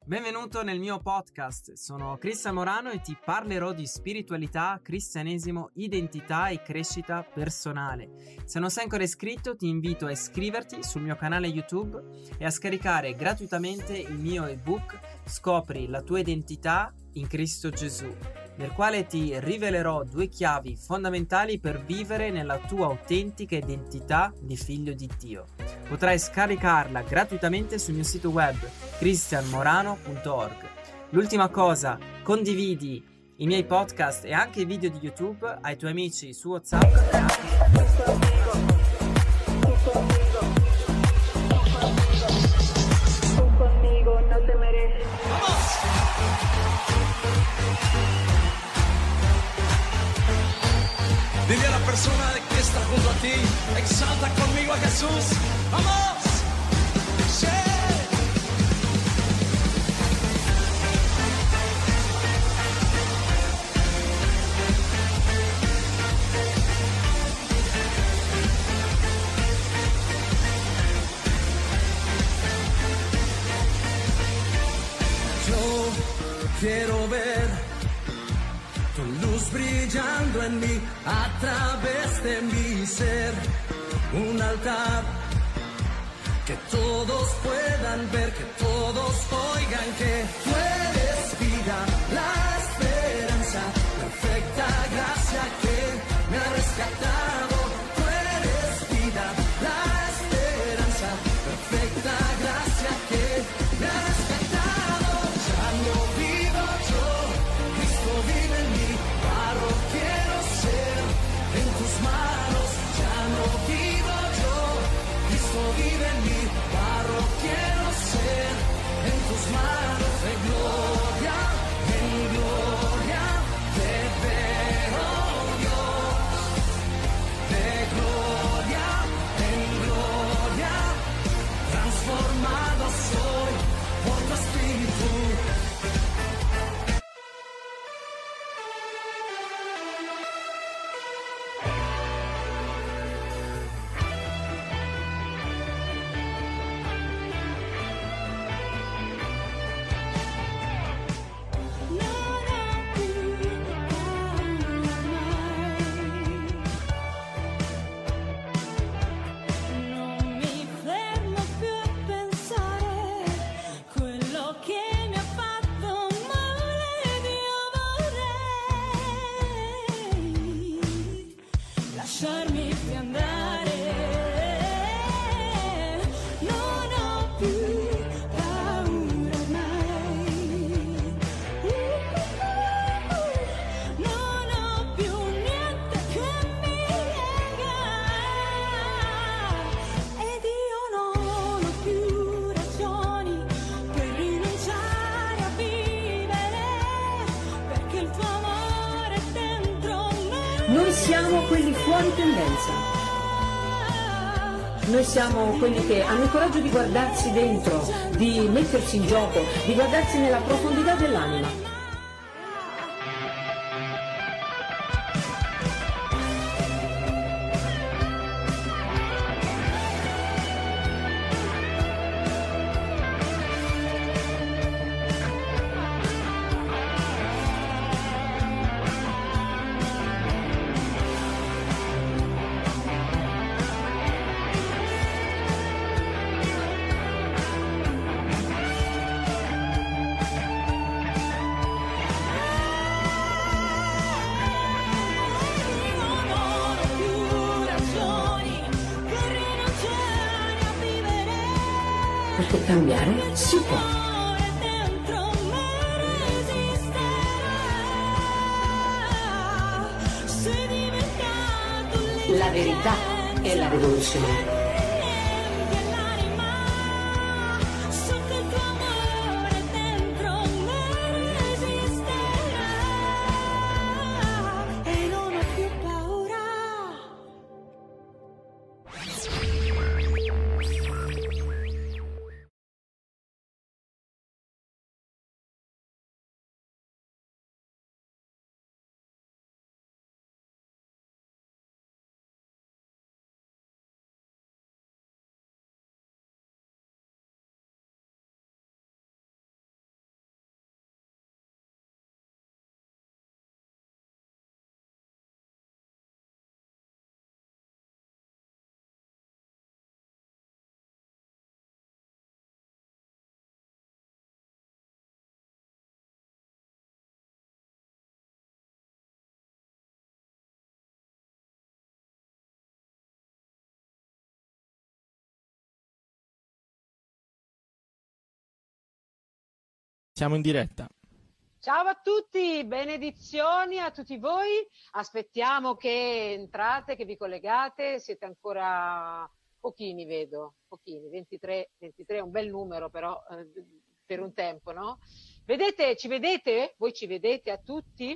Benvenuto nel mio podcast, sono Cristian Morano e ti parlerò di spiritualità, cristianesimo, identità e crescita personale. Se non sei ancora iscritto ti invito a iscriverti sul mio canale YouTube e a scaricare gratuitamente il mio ebook Scopri la tua identità in Cristo Gesù, nel quale ti rivelerò 2 chiavi fondamentali per vivere nella tua autentica identità di figlio di Dio. Potrai scaricarla gratuitamente sul mio sito web cristianmorano.org. L'ultima cosa, condividi i miei podcast e anche i video di YouTube ai tuoi amici su WhatsApp. Dile a la persona que está junto a ti, exalta conmigo a Jesús. ¡Vamos! ¡Sí! Yo quiero ver tu luz brillando en mí, a través de mi ser, un altar que todos puedan ver, que todos oigan que tú eres vida, la esperanza, perfecta gracia que me ha rescatado. Tú eres vida, la esperanza, perfecta gracia que me ha rescatado. Ya no vivo yo, Cristo vive en mí, barro quiero ser en tus manos. Ya no vivo yo, Cristo vive en mí, barro quiero ser en tus manos. De gloria en gloria te veo, Dios. De gloria en gloria transformado soy por tu espíritu. Non mi fermo più a pensare quello che mi ha fatto male ed io vorrei lasciarmi più andare. Non ho più paura ormai. Non ho più niente che mi lega ed io non ho più ragioni per rinunciare a vivere, perché il tuo amore è dentro me. Noi siamo quelli fuori tendenza. Noi siamo quelli che hanno il coraggio di guardarsi dentro, di mettersi in gioco, di guardarsi nella profondità dell'anima. Non ho più ragioni per rinunciare a vivere, Perché cambiare si può. amore dentro me resisterà. Sei diventato La verità è la rivoluzione. Siamo in diretta. Ciao a tutti, benedizioni a tutti voi. Aspettiamo che entrate, che vi collegate. Siete ancora pochini, vedo, pochini, 23 è un bel numero però per un tempo, no? Vedete, ci vedete? Voi ci vedete a tutti?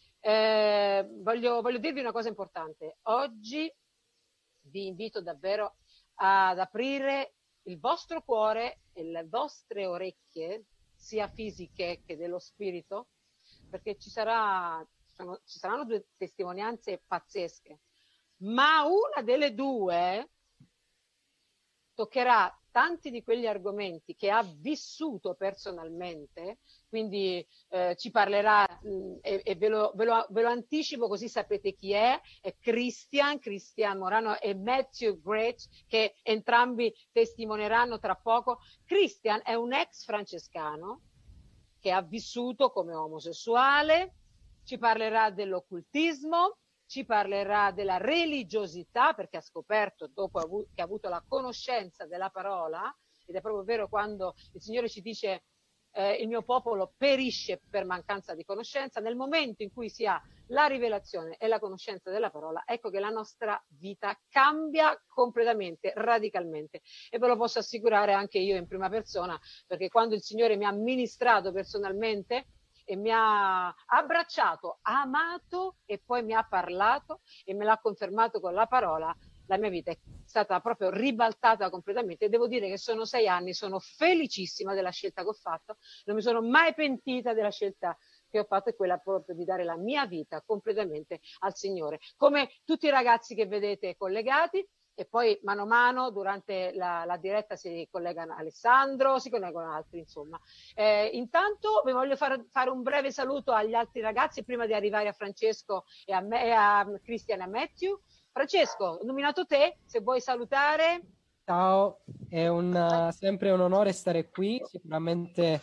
Voglio dirvi una cosa importante. Oggi vi invito davvero ad aprire il vostro cuore e le vostre orecchie, sia fisiche che dello spirito, perché ci saranno due testimonianze pazzesche, ma una delle due toccherà tanti di quegli argomenti che ha vissuto personalmente, quindi ci parlerà, e ve lo anticipo così sapete chi è Christian Morano e Matthew Gretsch, che entrambi testimonieranno tra poco. Christian è un ex francescano che ha vissuto come omosessuale, ci parlerà dell'occultismo, ci parlerà della religiosità, perché ha scoperto, dopo che ha avuto la conoscenza della parola, ed è proprio vero quando il Signore ci dice il mio popolo perisce per mancanza di conoscenza, nel momento in cui si ha la rivelazione e la conoscenza della parola, ecco che la nostra vita cambia completamente, radicalmente. E ve lo posso assicurare anche io in prima persona, perché quando il Signore mi ha ministrato personalmente, e mi ha abbracciato, amato e poi mi ha parlato e me l'ha confermato con la parola, la mia vita è stata proprio ribaltata completamente e devo dire che sono 6 anni, sono felicissima della scelta che ho fatto, non mi sono mai pentita della scelta che ho fatto, è quella proprio di dare la mia vita completamente al Signore, come tutti i ragazzi che vedete collegati. E poi mano a mano durante la diretta si collegano Alessandro, si collegano altri, insomma. Intanto vi voglio fare un breve saluto agli altri ragazzi prima di arrivare a Francesco e a Christian e a Matthew. Francesco, ho nominato te, se vuoi salutare. Ciao, è sempre un onore stare qui, sicuramente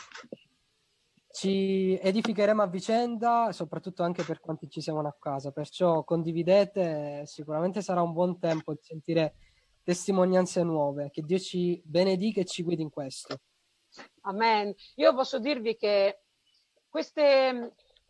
ci edificheremo a vicenda, soprattutto anche per quanti ci siamo a casa, perciò condividete, sicuramente sarà un buon tempo di sentire testimonianze nuove, che Dio ci benedica e ci guidi in questo. Amen. Io posso dirvi che questa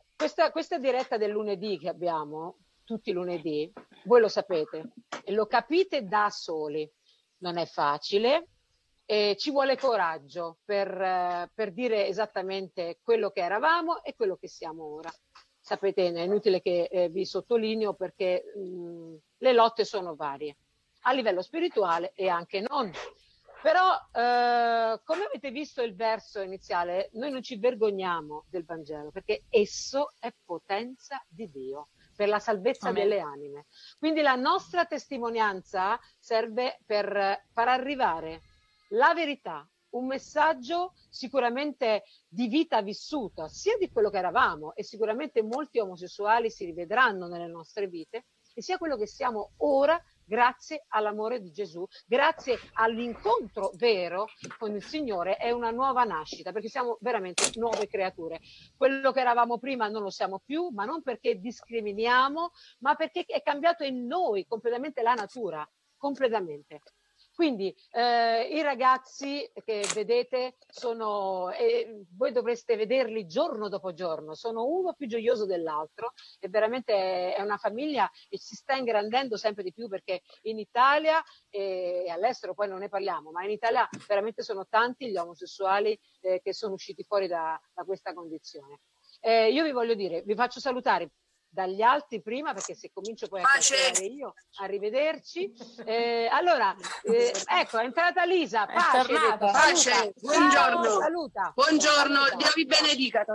diretta del lunedì che abbiamo, tutti i lunedì, voi lo sapete e lo capite da soli, non è facile. E ci vuole coraggio per dire esattamente quello che eravamo e quello che siamo ora. Sapete, è inutile che vi sottolineo perché le lotte sono varie, a livello spirituale e anche non. Però, come avete visto il verso iniziale, noi non ci vergogniamo del Vangelo perché esso è potenza di Dio per la salvezza delle anime. Quindi la nostra testimonianza serve per far arrivare la verità, un messaggio sicuramente di vita vissuta, sia di quello che eravamo, e sicuramente molti omosessuali si rivedranno nelle nostre vite, e sia quello che siamo ora grazie all'amore di Gesù, grazie all'incontro vero con il Signore, è una nuova nascita, perché siamo veramente nuove creature. Quello che eravamo prima non lo siamo più, ma non perché discriminiamo, ma perché è cambiato in noi completamente la natura, completamente. Quindi i ragazzi che vedete sono, voi dovreste vederli giorno dopo giorno, sono uno più gioioso dell'altro e veramente è una famiglia e si sta ingrandendo sempre di più, perché in Italia e all'estero poi non ne parliamo, ma in Italia veramente sono tanti gli omosessuali che sono usciti fuori da questa condizione. Io vi voglio dire, vi faccio salutare dagli altri prima, perché se comincio poi a chiacchierare io, arrivederci. Allora, ecco, è entrata Lisa. Pace, Pace. Buongiorno. Saluta. Buongiorno, Saluta. Dio vi benedica.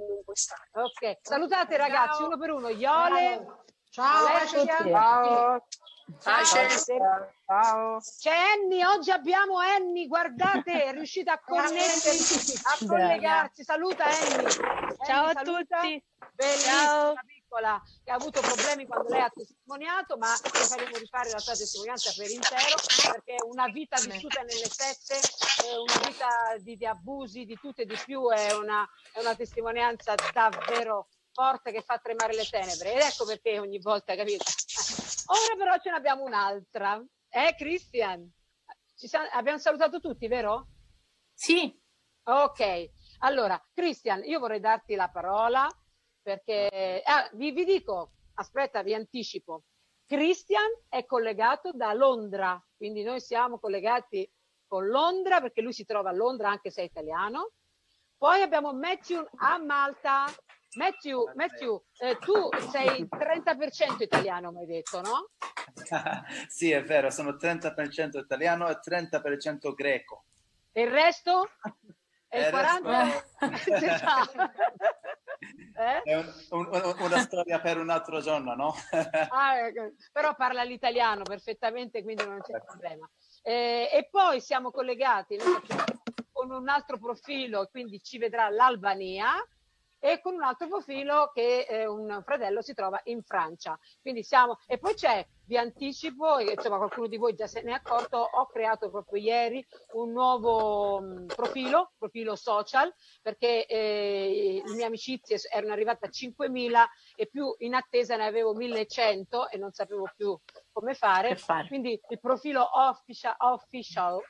Ok, salutate ragazzi, uno per uno. Iole. Ciao. Alessia. Pace. Ciao. C'è Annie, oggi abbiamo Annie, guardate, è riuscita a connettersi, a collegarsi. Saluta Annie. Ciao Annie, a saluta. tutti. Bellissima, piccola, che ha avuto problemi quando lei ha testimoniato, ma le faremo rifare la sua testimonianza per intero, perché una vita vissuta nelle sette, una vita di abusi, di tutto e di più, è una testimonianza davvero forte che fa tremare le tenebre, ed ecco perché ogni volta, capito? Ora però ce ne abbiamo un'altra, Christian? Abbiamo salutato tutti, vero? Sì. Ok, Allora, Christian, io vorrei darti la parola perché vi dico, aspetta, vi anticipo. Christian è collegato da Londra, quindi noi siamo collegati con Londra perché lui si trova a Londra anche se è italiano. Poi abbiamo Matthew a Malta. Matthew, tu sei 30% italiano, mi hai detto, no? Sì, è vero, sono 30% italiano e 30% greco. E il resto? E il il 40%? È una storia per un altro giorno, no? Ecco. Però parla l'italiano perfettamente, quindi non c'è problema. E poi siamo collegati con un altro profilo, quindi ci vedrà l'Albania, e con un altro profilo che un fratello si trova in Francia. Quindi e poi vi anticipo, insomma qualcuno di voi già se ne è accorto, ho creato proprio ieri un nuovo profilo social, perché le mie amicizie erano arrivate a 5.000 e più in attesa ne avevo 1.100 e non sapevo più come fare. Quindi il profilo official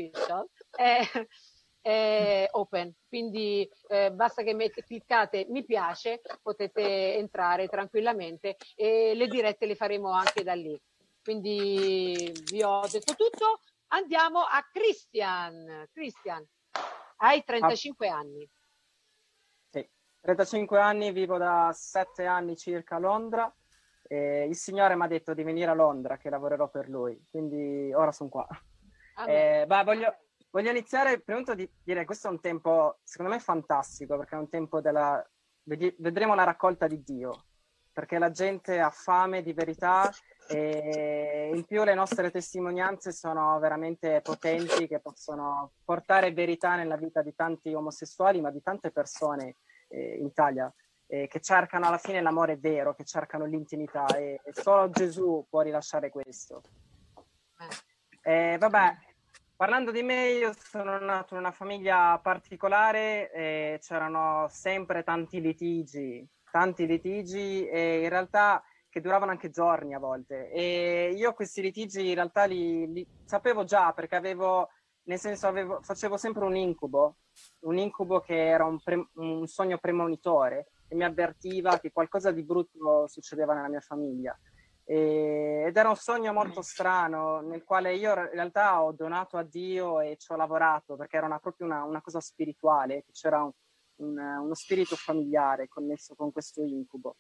è open, quindi basta che cliccate mi piace, potete entrare tranquillamente e le dirette le faremo anche da lì. Quindi vi ho detto tutto, andiamo a Christian. Christian, hai 35 anni. Sì, 35 anni, vivo da 7 anni circa a Londra. Il signore mi ha detto di venire a Londra, che lavorerò per lui, quindi ora sono qua. Voglio iniziare prima di tutto di dire che questo è un tempo, secondo me, fantastico, perché è un tempo vedremo la raccolta di Dio, perché la gente ha fame di verità e in più le nostre testimonianze sono veramente potenti, che possono portare verità nella vita di tanti omosessuali, ma di tante persone in Italia, che cercano alla fine l'amore vero, che cercano l'intimità, e solo Gesù può rilasciare questo. Parlando di me, io sono nato in una famiglia particolare, c'erano sempre tanti litigi e in realtà che duravano anche giorni a volte. E io questi litigi in realtà li sapevo già, perché facevo sempre un incubo che era un sogno premonitore e mi avvertiva che qualcosa di brutto succedeva nella mia famiglia. Ed era un sogno molto strano nel quale io in realtà ho donato a Dio e ci ho lavorato, perché era proprio una cosa spirituale, che c'era uno spirito familiare connesso con questo incubo.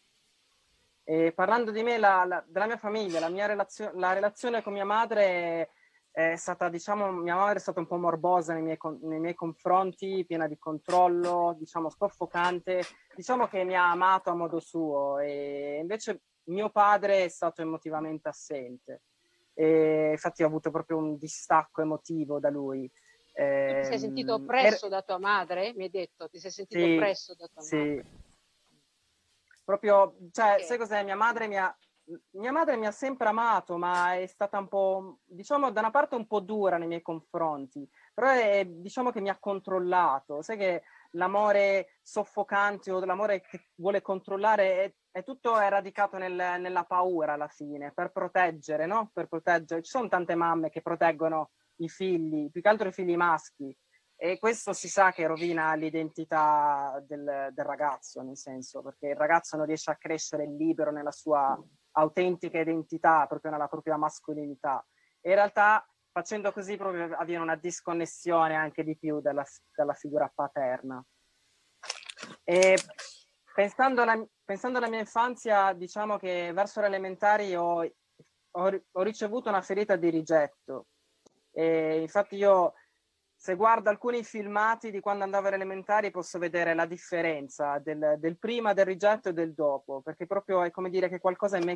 E parlando di me, della mia famiglia, la relazione con mia madre è stata, mia madre è stata un po' morbosa nei miei confronti, piena di controllo, soffocante, che mi ha amato a modo suo, e invece mio padre è stato emotivamente assente, e infatti ho avuto proprio un distacco emotivo da lui. Ti sei sentito oppresso da tua madre? Mi hai detto, ti sei sentito oppresso da tua madre? Proprio, sai cos'è? Mia madre mi ha sempre amato, ma è stata un po', da una parte un po' dura nei miei confronti, però che mi ha controllato. Sai che l'amore soffocante o l'amore che vuole controllare è tutto radicato nella paura alla fine, per proteggere, no? Per proteggere. Ci sono tante mamme che proteggono i figli, più che altro i figli maschi, e questo si sa che rovina l'identità del ragazzo, nel senso, perché il ragazzo non riesce a crescere libero nella sua autentica identità, proprio nella propria mascolinità. E in realtà facendo così proprio avviene una disconnessione anche di più dalla figura paterna. E pensando alla mia infanzia, che verso le elementari ho ricevuto una ferita di rigetto. E infatti io, se guardo alcuni filmati di quando andavo alle elementari, posso vedere la differenza del prima del rigetto e del dopo, perché proprio è come dire che qualcosa in me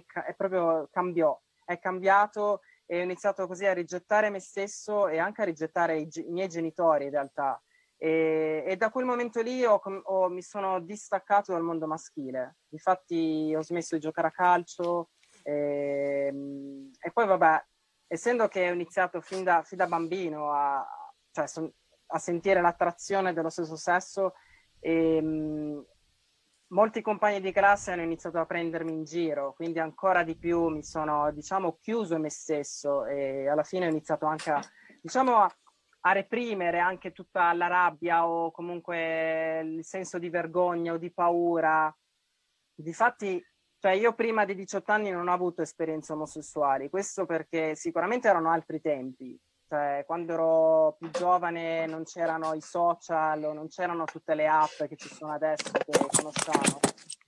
è cambiato, e ho iniziato così a rigettare me stesso e anche a rigettare i miei genitori in realtà. E da quel momento lì mi sono distaccato dal mondo maschile. Infatti ho smesso di giocare a calcio e poi essendo che ho iniziato fin da bambino a sentire l'attrazione dello stesso sesso, molti compagni di classe hanno iniziato a prendermi in giro, quindi ancora di più mi sono chiuso in me stesso, e alla fine ho iniziato anche a a reprimere anche tutta la rabbia o comunque il senso di vergogna o di paura. Difatti, cioè io prima di 18 anni non ho avuto esperienze omosessuali, questo perché sicuramente erano altri tempi. Cioè, quando ero più giovane non c'erano i social o non c'erano tutte le app che ci sono adesso che conosciamo.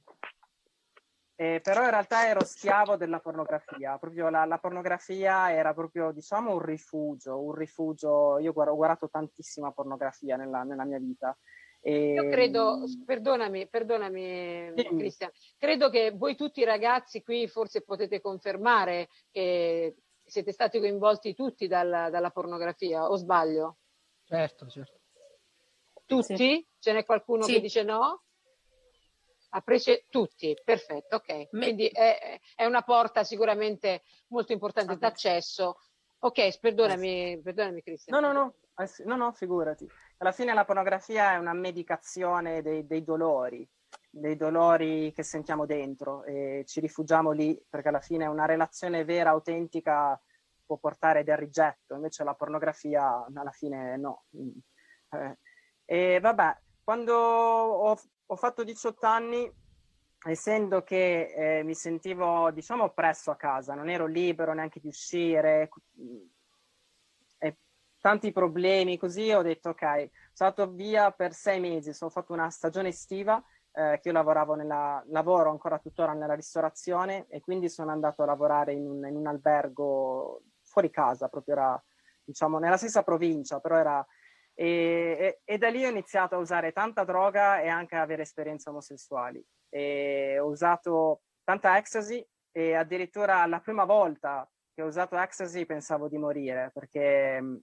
Però in realtà ero schiavo della pornografia, proprio la pornografia era proprio, diciamo, un rifugio. Io ho guardato tantissima pornografia nella mia vita. Io credo, perdonami Dimmi. Cristian, credo che voi tutti ragazzi qui forse potete confermare che siete stati coinvolti tutti dalla pornografia, o sbaglio? Certo. Tutti? Sì. Ce n'è qualcuno Sì. che dice no? Tutti, perfetto, ok. Quindi è una porta sicuramente molto importante d'accesso. Ok, perdonami Cristian. No, figurati. Alla fine la pornografia è una medicazione dei dolori che sentiamo dentro e ci rifugiamo lì perché alla fine una relazione vera, autentica può portare del rigetto, invece la pornografia alla fine no. E vabbè, quando ho fatto 18 anni, essendo che mi sentivo, diciamo, oppresso a casa, non ero libero neanche di uscire, tanti problemi così, ho detto ok, sono stato via per 6 mesi, ho fatto una stagione estiva, che io lavoro ancora tuttora nella ristorazione e quindi sono andato a lavorare in un albergo fuori casa, proprio era, diciamo, nella stessa provincia, però era... E da lì ho iniziato a usare tanta droga e anche a avere esperienze omosessuali. E ho usato tanta ecstasy e addirittura la prima volta che ho usato ecstasy pensavo di morire perché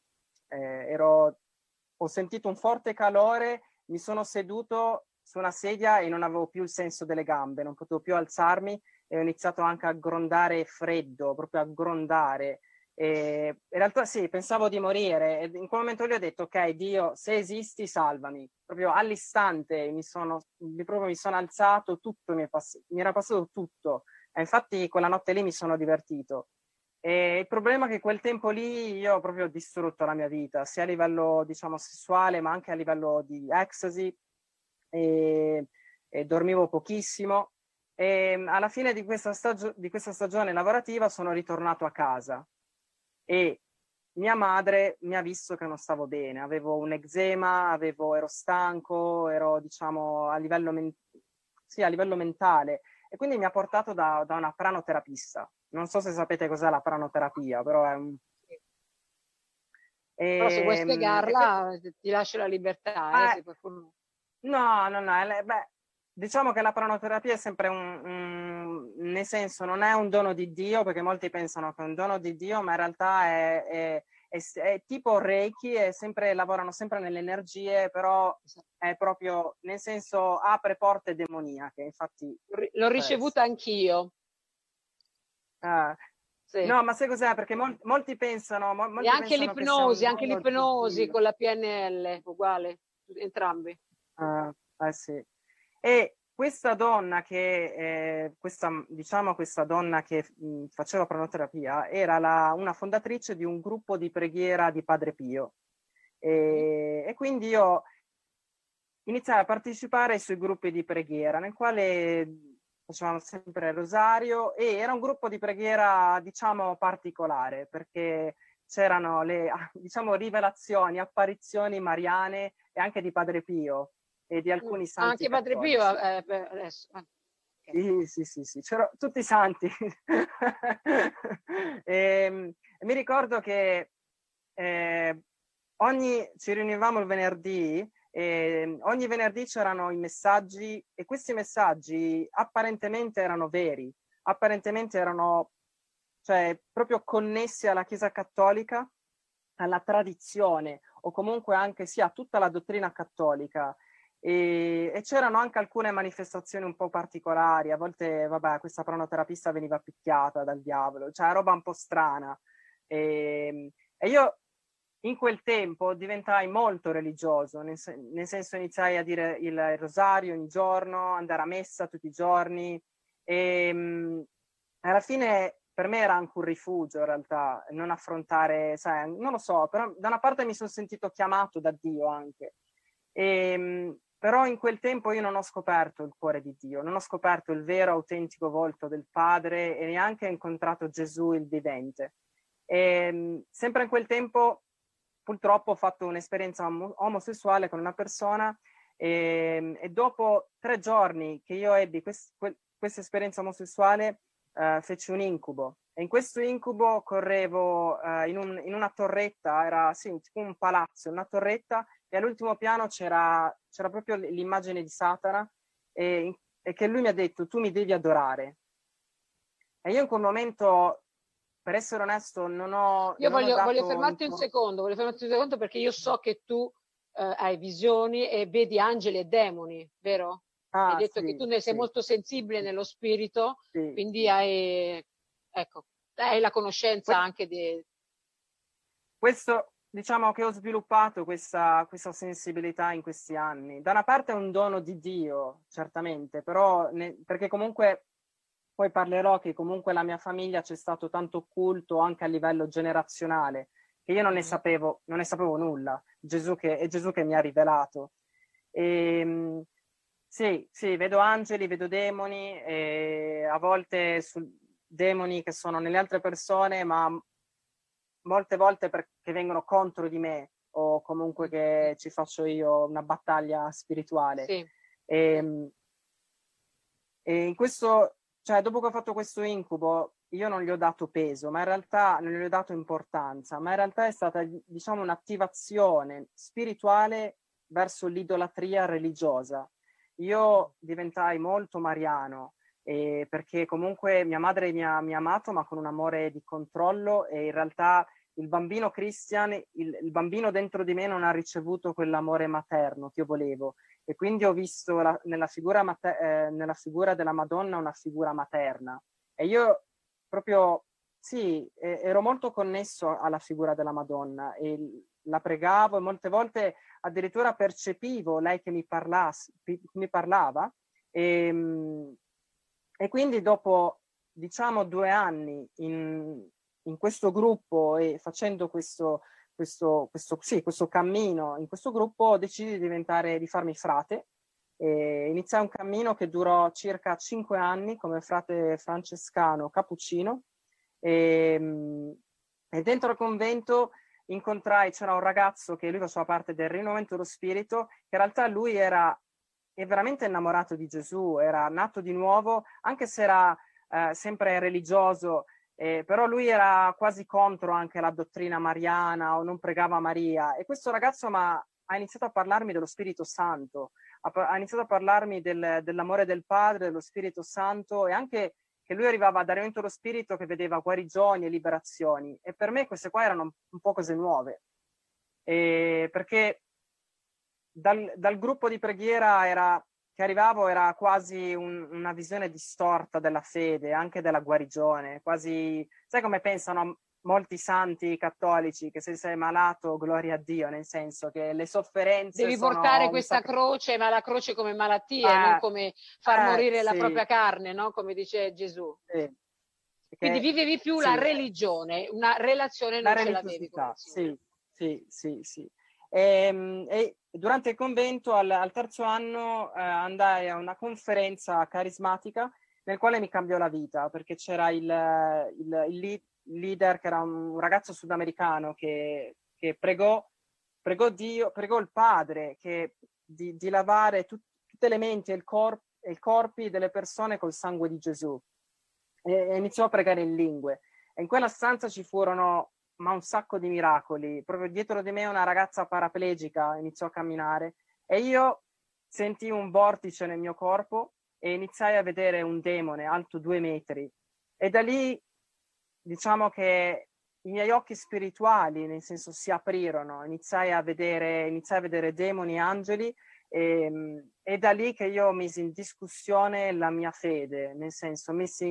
ho sentito un forte calore, mi sono seduto su una sedia e non avevo più il senso delle gambe, non potevo più alzarmi e ho iniziato anche a grondare freddo, proprio a grondare. E in realtà sì, pensavo di morire e in quel momento lì ho detto ok Dio, se esisti salvami. Proprio all'istante mi sono alzato, tutto mi era passato tutto e infatti quella notte lì mi sono divertito. E il problema è che quel tempo lì io ho proprio distrutto la mia vita, sia a livello, diciamo, sessuale, ma anche a livello di ecstasy, e dormivo pochissimo. E alla fine di questa stagione lavorativa sono ritornato a casa e mia madre mi ha visto che non stavo bene, avevo un eczema, ero stanco, ero, diciamo, a livello mentale. E quindi mi ha portato da una pranoterapista. Non so se sapete cos'è la pranoterapia, però è un... Però se vuoi spiegarla ti lascio la libertà. Se qualcuno... No, diciamo che la pranoterapia è sempre nel senso non è un dono di Dio, perché molti pensano che è un dono di Dio, ma in realtà è tipo Reiki, lavorano sempre nelle energie, però è proprio, nel senso, apre porte demoniache. Infatti l'ho ricevuta anch'io. Sì. No, ma sai cos'è? Perché molti pensano... E anche l'ipnosi con la PNL, uguale, entrambi. Sì. E questa donna questa donna che faceva pranoterapia era una fondatrice di un gruppo di preghiera di Padre Pio. E quindi io iniziai a partecipare ai suoi gruppi di preghiera, nel quale facevamo sempre il rosario e era un gruppo di preghiera, diciamo, particolare, perché c'erano le, diciamo, rivelazioni, apparizioni mariane e anche di Padre Pio e di alcuni santi anche Padre Pio adesso. Sì, c'erano tutti i santi. Mi ricordo che ci riunivamo il venerdì e ogni venerdì c'erano i messaggi e questi messaggi apparentemente erano veri, apparentemente erano, cioè, proprio connessi alla Chiesa Cattolica, alla tradizione o comunque anche a tutta la dottrina cattolica. E c'erano anche alcune manifestazioni un po' particolari, a volte, vabbè, questa pranoterapista veniva picchiata dal diavolo, cioè roba un po' strana. E io in quel tempo diventai molto religioso, nel senso iniziai a dire il rosario ogni giorno, andare a messa tutti i giorni e alla fine per me era anche un rifugio in realtà, non affrontare, sai, non lo so, però da una parte mi sono sentito chiamato da Dio anche. Però in quel tempo io non ho scoperto il cuore di Dio, non ho scoperto il vero autentico volto del Padre e neanche ho incontrato Gesù il vivente. Sempre in quel tempo purtroppo ho fatto un'esperienza omosessuale con una persona e dopo 3 giorni che io ebbi questa esperienza omosessuale feci un incubo. E in questo incubo correvo in una torretta, era sì, tipo un palazzo, una torretta, e all'ultimo piano c'era proprio l'immagine di Satana e che lui mi ha detto: tu mi devi adorare. E io in quel momento, per essere onesto, non ho voglio fermarti un secondo, perché io so che tu hai visioni e vedi angeli e demoni, vero? Hai detto che tu ne sei molto sensibile nello spirito, quindi hai la conoscenza anche di... Questo, diciamo che ho sviluppato questa sensibilità in questi anni. Da una parte è un dono di Dio, certamente, però perché comunque poi parlerò che comunque la mia famiglia c'è stato tanto culto anche a livello generazionale, che io non ne sapevo nulla. È Gesù che mi ha rivelato. Sì, vedo angeli, vedo demoni, e a volte demoni che sono nelle altre persone, ma molte volte perché vengono contro di me o comunque che ci faccio io una battaglia spirituale. Sì. E in questo, cioè dopo che ho fatto questo incubo, io non gli ho dato peso, ma in realtà non gli ho dato importanza, ma in realtà è stata, diciamo, un'attivazione spirituale verso l'idolatria religiosa. Io diventai molto mariano, perché comunque mia madre mi ha amato, ma con un amore di controllo, e in realtà il bambino Christian, il bambino dentro di me non ha ricevuto quell'amore materno che io volevo, e quindi ho visto nella figura della Madonna una figura materna, e io proprio sì, ero molto connesso alla figura della Madonna e la pregavo, e molte volte addirittura percepivo lei che mi parlava, e quindi dopo, diciamo, 2 anni in questo gruppo e facendo questo cammino in questo gruppo, ho deciso di farmi frate, e iniziai un cammino che durò circa 5 anni come frate francescano cappuccino, e dentro il convento c'era un ragazzo che lui faceva parte del rinnovamento dello spirito, che in realtà lui è veramente innamorato di Gesù, era nato di nuovo, anche se era sempre religioso, però lui era quasi contro anche la dottrina mariana o non pregava Maria, e questo ragazzo ha iniziato a parlarmi dello Spirito Santo, ha iniziato a parlarmi dell'amore del Padre, dello Spirito Santo, e anche che lui arrivava dal rinnovamento dello spirito che vedeva guarigioni e liberazioni, e per me queste qua erano un po' cose nuove, perché dal gruppo di preghiera che arrivavo era quasi una visione distorta della fede, anche della guarigione, quasi, sai come pensano molti santi cattolici, che se sei malato, gloria a Dio, nel senso che le sofferenze devi portare questa croce, ma la croce come malattia, non come far morire la propria carne, no? Come dice Gesù. Quindi vivevi più la religione, una relazione non ce l'avevi con il Signore. Sì. E durante il convento, al terzo anno, andai a una conferenza carismatica nel quale mi cambiò la vita, perché c'era il leader, che era un ragazzo sudamericano che pregò Dio, pregò il Padre di lavare tutte le menti e i corpi delle persone col sangue di Gesù, e iniziò a pregare in lingue, e in quella stanza ci furono un sacco di miracoli. Proprio dietro di me una ragazza paraplegica iniziò a camminare, e io sentii un vortice nel mio corpo e iniziai a vedere un demone alto 2 metri, e da lì diciamo che i miei occhi spirituali, nel senso, si aprirono, iniziai a vedere demoni e angeli, e da lì che io misi in discussione la mia fede, nel senso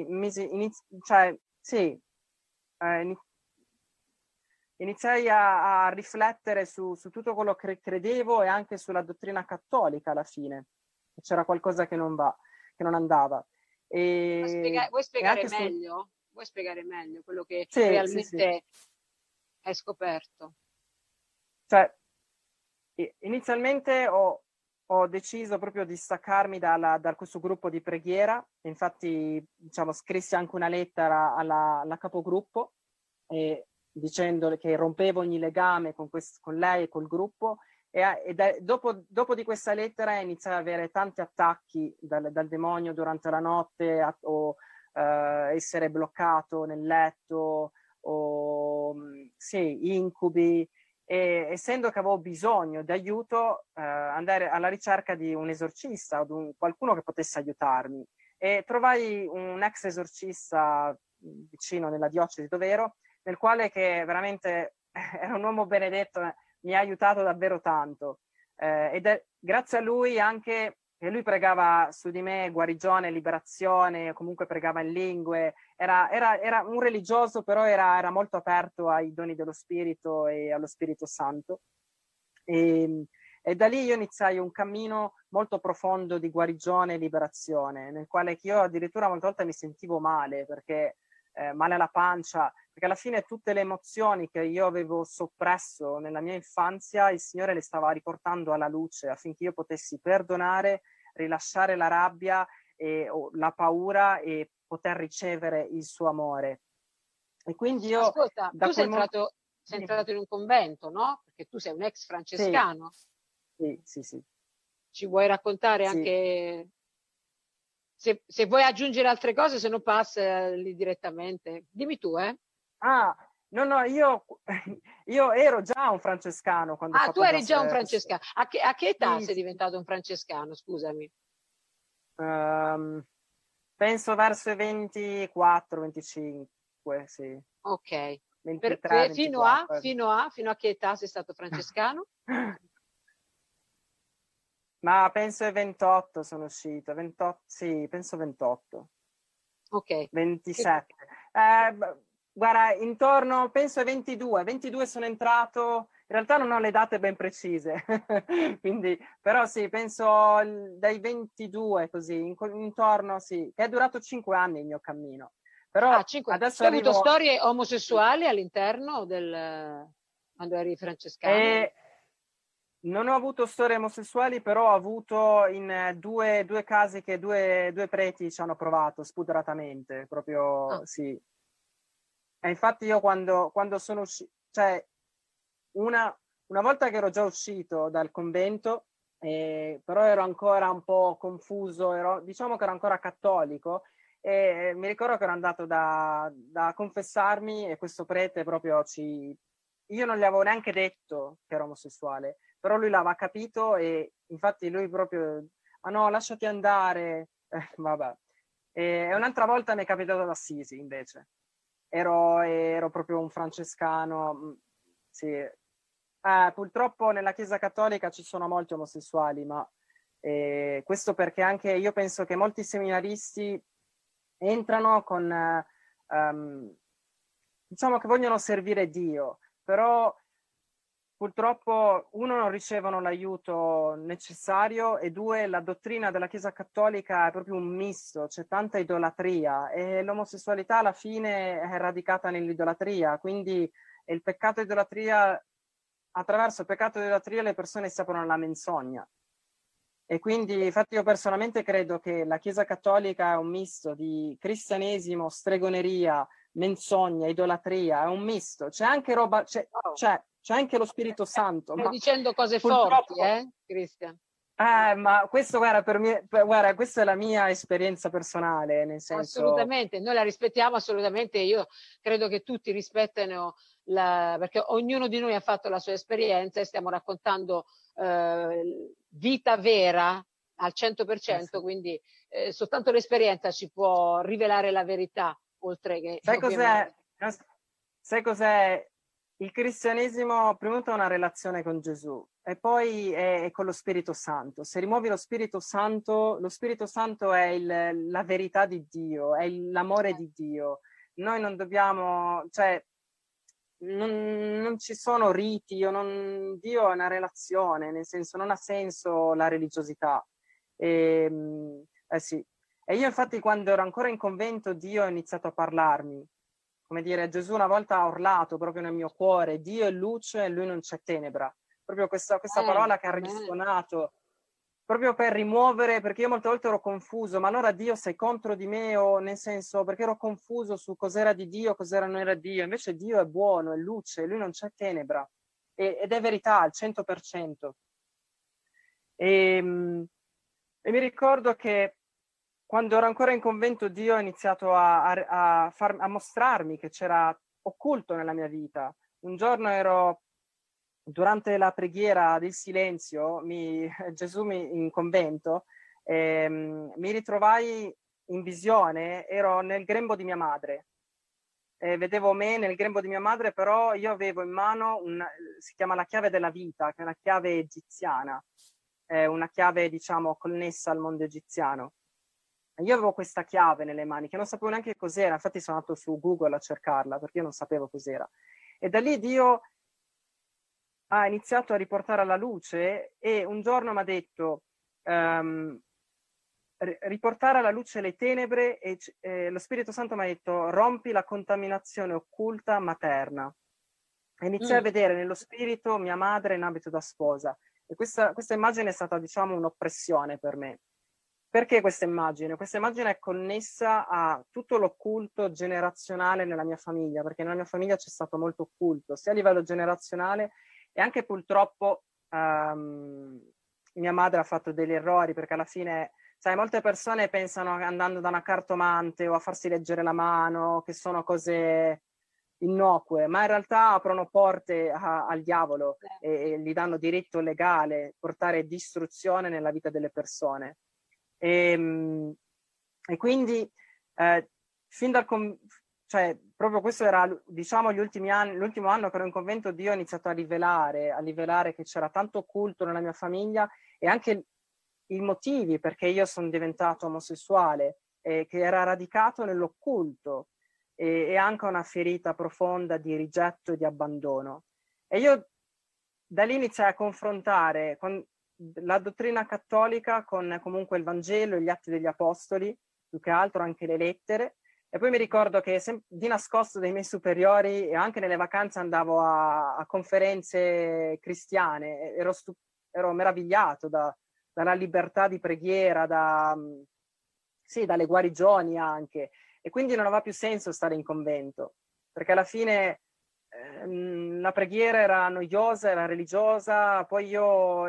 iniziai a riflettere su tutto quello che credevo e anche sulla dottrina cattolica alla fine. C'era qualcosa che non andava. Vuoi spiegare meglio? Vuoi spiegare meglio quello che Sì, sì, sì. realmente hai scoperto? Cioè, inizialmente ho deciso proprio di staccarmi da questo gruppo di preghiera. Infatti, diciamo, scrissi anche una lettera alla capogruppo dicendo che rompevo ogni legame con lei e col gruppo. Dopo di questa lettera iniziai ad avere tanti attacchi dal demonio durante la notte, o essere bloccato nel letto, o sì, incubi. E essendo che avevo bisogno di aiuto, andare alla ricerca di un esorcista o di qualcuno che potesse aiutarmi. E trovai un ex esorcista vicino nella diocesi dove ero, nel quale che veramente era un uomo benedetto, mi ha aiutato davvero tanto. Ed è grazie a lui anche che lui pregava su di me guarigione, liberazione, comunque pregava in lingue. Era un religioso, però era molto aperto ai doni dello Spirito e allo Spirito Santo. E da lì io iniziai un cammino molto profondo di guarigione e liberazione, nel quale io addirittura molte volte mi sentivo male, perché male alla pancia, perché alla fine tutte le emozioni che io avevo soppresso nella mia infanzia, il Signore le stava riportando alla luce affinché io potessi perdonare, rilasciare la rabbia o la paura e poter ricevere il suo amore. E quindi io... Ascolta, tu sei entrato in un convento, no? Perché tu sei un ex francescano. Sì, sì, sì. Ci vuoi raccontare anche... Se vuoi aggiungere altre cose, se no passa lì direttamente. Dimmi tu, Ah, no, io ero già un francescano quando ho fatto tu eri già un francescano. A che età Sì, sei diventato un francescano, scusami? Penso verso i 24, 25, sì. Ok. 23, fino 24. a che età sei stato francescano? Ma penso ai 28 sono uscito, 28, sì, penso 28. Ok. 27. Guarda, intorno, penso ai 22 sono entrato, in realtà non ho le date ben precise, quindi, però sì, penso dai 22 così, intorno, sì, che è durato 5 anni il mio cammino. Però 5 adesso hai avuto storie omosessuali all'interno quando eri francescano? Non ho avuto storie omosessuali, però ho avuto in due casi che due preti ci hanno provato spudoratamente, proprio sì. E infatti io quando sono uscito, cioè una volta che ero già uscito dal convento, però ero ancora un po' confuso, diciamo che ero ancora cattolico, e mi ricordo che ero andato da confessarmi e questo prete proprio io non gli avevo neanche detto che ero omosessuale, però lui l'aveva capito e infatti lui proprio, ma no, lasciati andare, vabbè. E un'altra volta mi è capitato ad Assisi invece. Ero proprio un francescano, sì. Purtroppo nella Chiesa Cattolica ci sono molti omosessuali, ma questo perché anche io penso che molti seminaristi entrano con, diciamo che vogliono servire Dio, però purtroppo uno non ricevono l'aiuto necessario e due la dottrina della Chiesa Cattolica è proprio un misto, c'è tanta idolatria e l'omosessualità alla fine è radicata nell'idolatria, quindi il peccato idolatria, attraverso il peccato idolatria le persone si aprono alla menzogna. E quindi infatti io personalmente credo che la Chiesa Cattolica è un misto di cristianesimo, stregoneria, menzogna, idolatria, è un misto, c'è anche roba, c'è anche lo Spirito Santo. Stai dicendo cose purtroppo... forti, Cristian? Ma questo, guarda, questa è la mia esperienza personale, nel senso... Assolutamente, noi la rispettiamo assolutamente, io credo che tutti rispettino, perché ognuno di noi ha fatto la sua esperienza e stiamo raccontando vita vera al 100%, sì. Quindi soltanto l'esperienza ci può rivelare la verità, oltre che... Sai cos'è? Il cristianesimo prima di tutto è una relazione con Gesù e poi è con lo Spirito Santo. Se rimuovi lo Spirito Santo è la verità di Dio, è l'amore di Dio. Noi non dobbiamo, cioè, non ci sono riti, Dio è una relazione, nel senso non ha senso la religiosità. Sì. E io infatti quando ero ancora in convento Dio ha iniziato a parlarmi, come dire, Gesù una volta ha urlato proprio nel mio cuore, Dio è luce e lui non c'è tenebra. Proprio questa parola che ha Amen. risuonato, proprio per rimuovere, perché io molte volte ero confuso, ma allora Dio sei contro di me, o nel senso, perché ero confuso su cos'era di Dio, cos'era non era Dio. Invece Dio è buono, è luce, lui non c'è tenebra, ed è verità al 100%. E mi ricordo che quando ero ancora in convento Dio ha iniziato a mostrarmi che c'era occulto nella mia vita. Un giorno ero durante la preghiera del silenzio, Gesù in convento, mi ritrovai in visione, ero nel grembo di mia madre. Vedevo me nel grembo di mia madre, però io avevo in mano, si chiama la chiave della vita, che è una chiave egiziana, una chiave, diciamo, connessa al mondo egiziano. Io avevo questa chiave nelle mani, che non sapevo neanche cos'era, infatti sono andato su Google a cercarla, perché io non sapevo cos'era. E da lì Dio ha iniziato a riportare alla luce, e un giorno mi ha detto riportare alla luce le tenebre, e lo Spirito Santo mi ha detto rompi la contaminazione occulta materna. E iniziai a vedere nello spirito mia madre in abito da sposa, e questa immagine è stata, diciamo, un'oppressione per me. Perché questa immagine? Questa immagine è connessa a tutto l'occulto generazionale nella mia famiglia, perché nella mia famiglia c'è stato molto occulto, sia a livello generazionale, e anche purtroppo mia madre ha fatto degli errori, perché alla fine, sai, molte persone pensano andando da una cartomante o a farsi leggere la mano, che sono cose innocue, ma in realtà aprono porte al diavolo e gli danno diritto legale, portare distruzione nella vita delle persone. E quindi fin dal cioè proprio questo era, diciamo, l'ultimo anno che ero in convento, Dio ha iniziato a rivelare che c'era tanto occulto nella mia famiglia, e anche i motivi perché io sono diventato omosessuale, che era radicato nell'occulto, e anche una ferita profonda di rigetto e di abbandono. E io da lì iniziai a confrontare con la dottrina cattolica con comunque il Vangelo e gli Atti degli Apostoli, più che altro anche le lettere. E poi mi ricordo che di nascosto dai miei superiori, e anche nelle vacanze andavo a conferenze cristiane, ero meravigliato dalla libertà di preghiera, dalle guarigioni anche, e quindi non aveva più senso stare in convento, perché alla fine la preghiera era noiosa, era religiosa. Poi io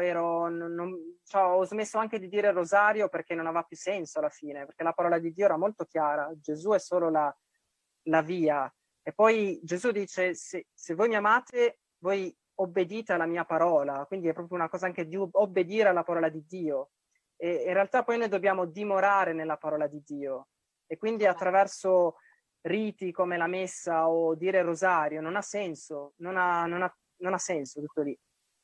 ho smesso anche di dire il rosario, perché non aveva più senso alla fine, perché la parola di Dio era molto chiara, Gesù è solo la via. E poi Gesù dice, se voi mi amate, voi obbedite alla mia parola, quindi è proprio una cosa anche di obbedire alla parola di Dio, e in realtà poi noi dobbiamo dimorare nella parola di Dio, e quindi attraverso riti come la messa o dire il rosario non ha senso, non ha senso tutto lì.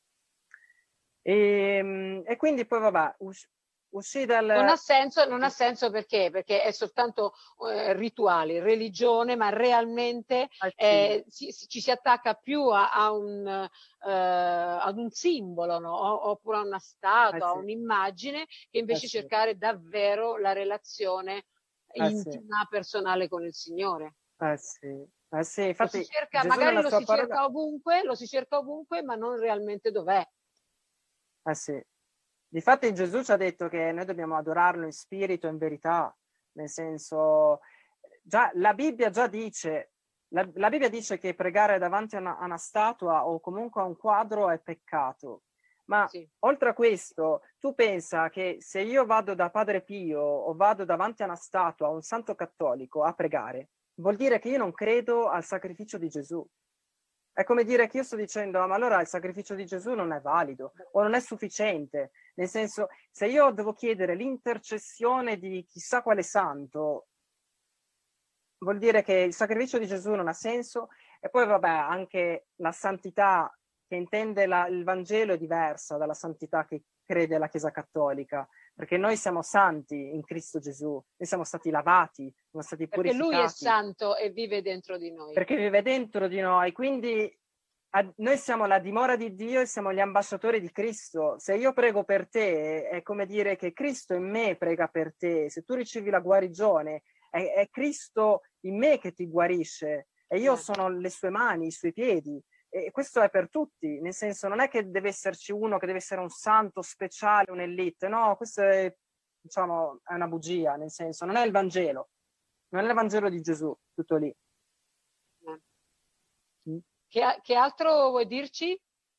E quindi poi vabbè, uscì dal... Non ha senso perché è soltanto rituali, religione, ma realmente ci si attacca più ad un simbolo, no? Oppure a una statua, a un'immagine, che invece cercare davvero la relazione intima, personale con il Signore. Sì, infatti magari lo si cerca ovunque, ma non realmente dov'è. Sì. Difatti Gesù ci ha detto che noi dobbiamo adorarlo in spirito e in verità, nel senso, già la Bibbia dice che pregare davanti a una statua o comunque a un quadro è peccato. Ma oltre a questo, tu pensa che se io vado da Padre Pio o vado davanti a una statua, a un santo cattolico a pregare, vuol dire che io non credo al sacrificio di Gesù. È come dire che io sto dicendo, ma allora il sacrificio di Gesù non è valido o non è sufficiente. Nel senso, se io devo chiedere l'intercessione di chissà quale santo, vuol dire che il sacrificio di Gesù non ha senso. E poi vabbè, anche la santità che intende il Vangelo è diversa dalla santità che crede la Chiesa Cattolica, perché noi siamo santi in Cristo Gesù, noi siamo stati lavati, siamo stati purificati. Perché Lui è santo e vive dentro di noi. Perché vive dentro di noi, quindi noi siamo la dimora di Dio e siamo gli ambasciatori di Cristo. Se io prego per te, è come dire che Cristo in me prega per te. Se tu ricevi la guarigione, è Cristo in me che ti guarisce e io sono le sue mani, i suoi piedi. E questo è per tutti, nel senso non è che deve esserci uno che deve essere un santo speciale, un'elite, no, questo è, diciamo, è una bugia, nel senso non è il Vangelo, non è il Vangelo di Gesù, tutto lì. Che altro vuoi dirci?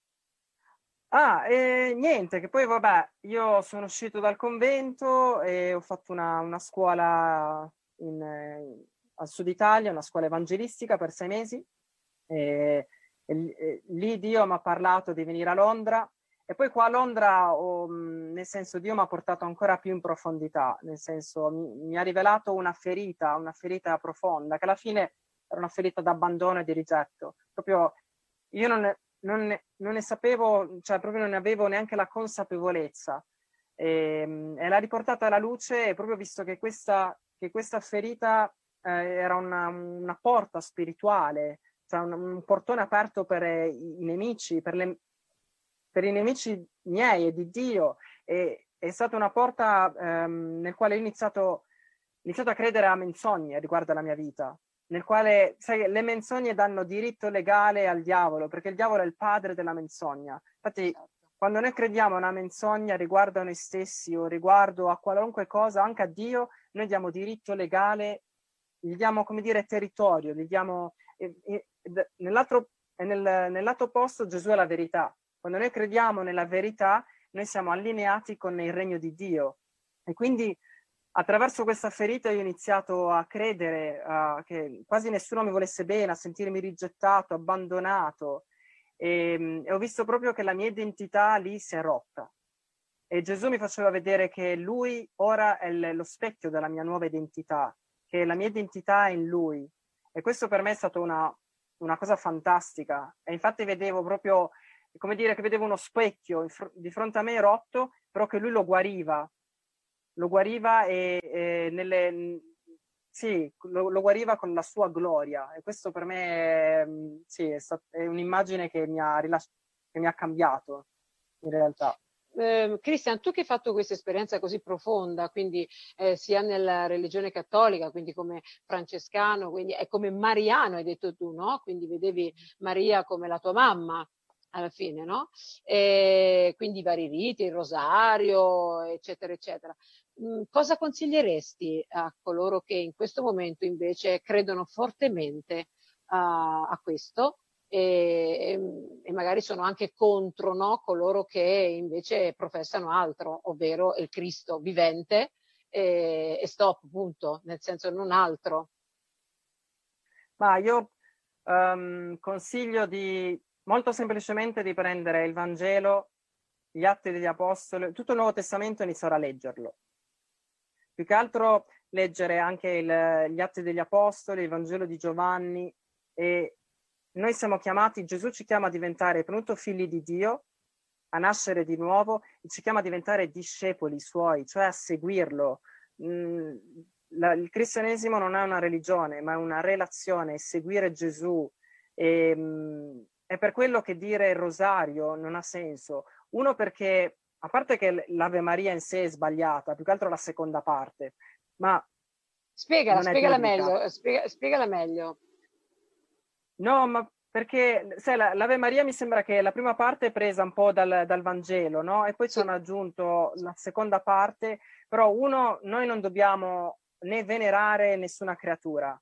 Niente, che poi vabbè, io sono uscito dal convento e ho fatto una scuola al sud Italia, una scuola evangelistica per 6 mesi. E lì Dio mi ha parlato di venire a Londra e poi qua a Londra nel senso Dio mi ha portato ancora più in profondità, nel senso mi ha rivelato una ferita profonda che alla fine era una ferita d'abbandono e di rigetto. Proprio io non ne sapevo, cioè proprio non ne avevo neanche la consapevolezza e l'ha riportata alla luce e proprio visto che questa ferita era una porta spirituale, cioè un portone aperto per i nemici, per i nemici miei e di Dio. E è stata una porta nel quale ho iniziato a credere a menzogne riguardo alla mia vita, nel quale, sai, le menzogne danno diritto legale al diavolo, perché il diavolo è il padre della menzogna. Infatti, quando noi crediamo a una menzogna riguardo a noi stessi o riguardo a qualunque cosa, anche a Dio, noi diamo diritto legale, gli diamo, come dire, territorio, gli diamo... nel lato opposto Gesù è la verità. Quando noi crediamo nella verità, noi siamo allineati con il regno di Dio. E quindi attraverso questa ferita io ho iniziato a credere che quasi nessuno mi volesse bene, a sentirmi rigettato, abbandonato. E ho visto proprio che la mia identità lì si è rotta. E Gesù mi faceva vedere che lui ora è lo specchio della mia nuova identità, che la mia identità è in lui. E questo per me è stata una cosa fantastica. E infatti vedevo proprio, come dire, che vedevo uno specchio di fronte a me rotto, però che lui lo guariva. Lo guariva lo guariva con la sua gloria. E questo per me è un'immagine che mi ha cambiato, in realtà. Cristian, tu che hai fatto questa esperienza così profonda, quindi sia nella religione cattolica, quindi come francescano, quindi è come mariano, hai detto tu, no? Quindi vedevi Maria come la tua mamma alla fine, no? E quindi i vari riti, il rosario, eccetera, eccetera. Cosa consiglieresti a coloro che in questo momento invece credono fortemente a questo? E magari sono anche contro, no, coloro che invece professano altro, ovvero il Cristo vivente e stop, punto, nel senso non altro. Ma io consiglio molto semplicemente di prendere il Vangelo, gli Atti degli Apostoli, tutto il Nuovo Testamento e iniziare a leggerlo. Più che altro leggere anche gli Atti degli Apostoli, il Vangelo di Giovanni e noi siamo chiamati, Gesù ci chiama a diventare prima di tutto figli di Dio, a nascere di nuovo e ci chiama a diventare discepoli suoi, cioè a seguirlo. Il cristianesimo non è una religione, ma è una relazione, seguire Gesù. È per quello che dire il rosario non ha senso. Uno perché, a parte che l'Ave Maria in sé è sbagliata, più che altro la seconda parte, ma spiegala meglio. No, ma perché sai, l'Ave Maria mi sembra che la prima parte è presa un po' dal Vangelo, no? E poi ci hanno aggiunto la seconda parte, però noi non dobbiamo né venerare nessuna creatura,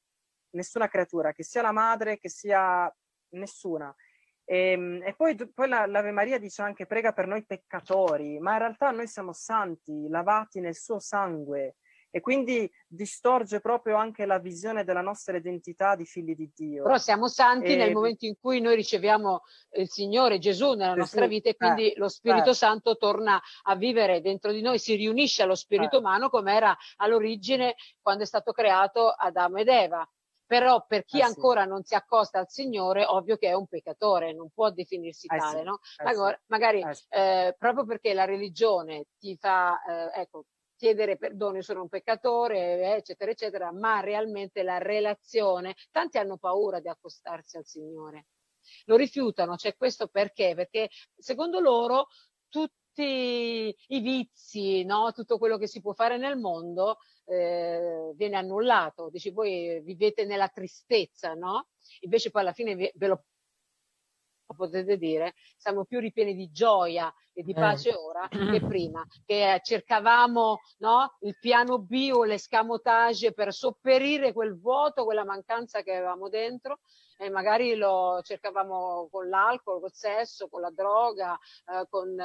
che sia la madre, che sia nessuna. E poi l'Ave Maria dice anche prega per noi peccatori, ma in realtà noi siamo santi, lavati nel suo sangue. E quindi distorge proprio anche la visione della nostra identità di figli di Dio. Però siamo santi nel momento in cui noi riceviamo il Signore Gesù nella nostra vita e quindi lo Spirito Santo torna a vivere dentro di noi, si riunisce allo spirito umano come era all'origine quando è stato creato Adamo ed Eva. Però per chi ancora non si accosta al Signore, ovvio che è un peccatore, non può definirsi tale, no? Magari proprio perché la religione ti fa, chiedere perdono, io sono un peccatore, eccetera, eccetera, ma realmente la relazione, tanti hanno paura di accostarsi al Signore, lo rifiutano. C'è questo perché? Perché secondo loro tutti i vizi, no? Tutto quello che si può fare nel mondo viene annullato. Dici, voi vivete nella tristezza, no? Invece poi alla fine ve lo potete dire, siamo più ripieni di gioia e di pace ora che prima, che cercavamo, no, il piano B o l'escamotage per sopperire quel vuoto, quella mancanza che avevamo dentro, e magari lo cercavamo con l'alcol, col sesso, con la droga, con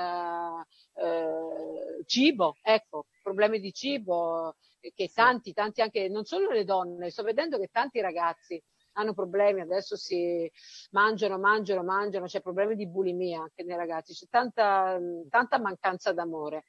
cibo, ecco, problemi di cibo che tanti anche, non solo le donne, sto vedendo che tanti ragazzi hanno problemi, adesso si mangiano, c'è problemi di bulimia anche nei ragazzi, c'è tanta mancanza d'amore,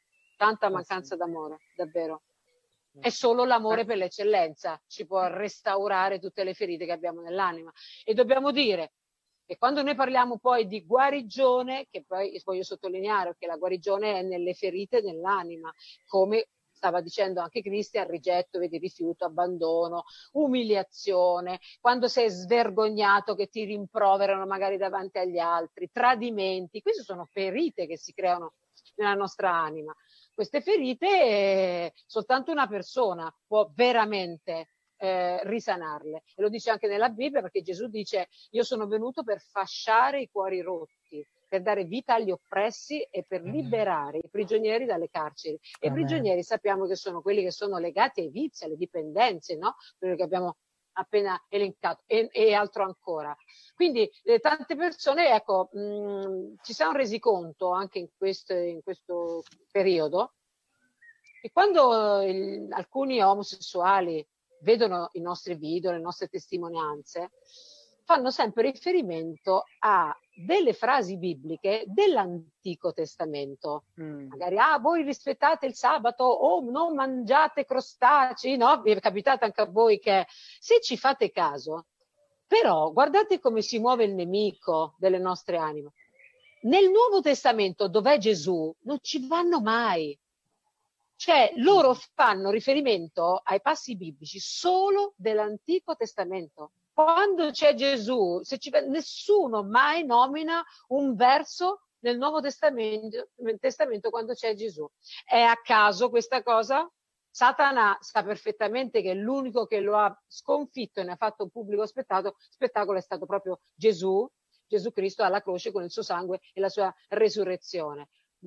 davvero. È solo l'amore per l'eccellenza ci può restaurare tutte le ferite che abbiamo nell'anima. E dobbiamo dire che quando noi parliamo poi di guarigione, che poi voglio sottolineare che la guarigione è nelle ferite dell'anima, come stava dicendo anche Cristian, rigetto, vedi, rifiuto, abbandono, umiliazione, quando sei svergognato che ti rimproverano magari davanti agli altri, tradimenti, queste sono ferite che si creano nella nostra anima. Queste ferite soltanto una persona può veramente risanarle. E lo dice anche nella Bibbia, perché Gesù dice: io sono venuto per fasciare i cuori rotti, per dare vita agli oppressi e per liberare i prigionieri dalle carceri. E i prigionieri sappiamo che sono quelli che sono legati ai vizi, alle dipendenze, no? Quello che abbiamo appena elencato e altro ancora. Quindi tante persone, ecco, ci siamo resi conto anche in questo periodo che quando alcuni omosessuali vedono i nostri video, le nostre testimonianze, fanno sempre riferimento a delle frasi bibliche dell'Antico Testamento. Magari, voi rispettate il sabato, o non mangiate crostacei, no? Vi è capitato anche a voi che, se ci fate caso, però guardate come si muove il nemico delle nostre anime. Nel Nuovo Testamento, dov'è Gesù, non ci vanno mai. Cioè, loro fanno riferimento ai passi biblici solo dell'Antico Testamento. Quando c'è Gesù, nessuno mai nomina un verso nel Nuovo Testamento quando c'è Gesù. È a caso questa cosa? Satana sa perfettamente che l'unico che lo ha sconfitto e ne ha fatto un pubblico spettacolo è stato proprio Gesù Cristo alla croce con il suo sangue e la sua resurrezione.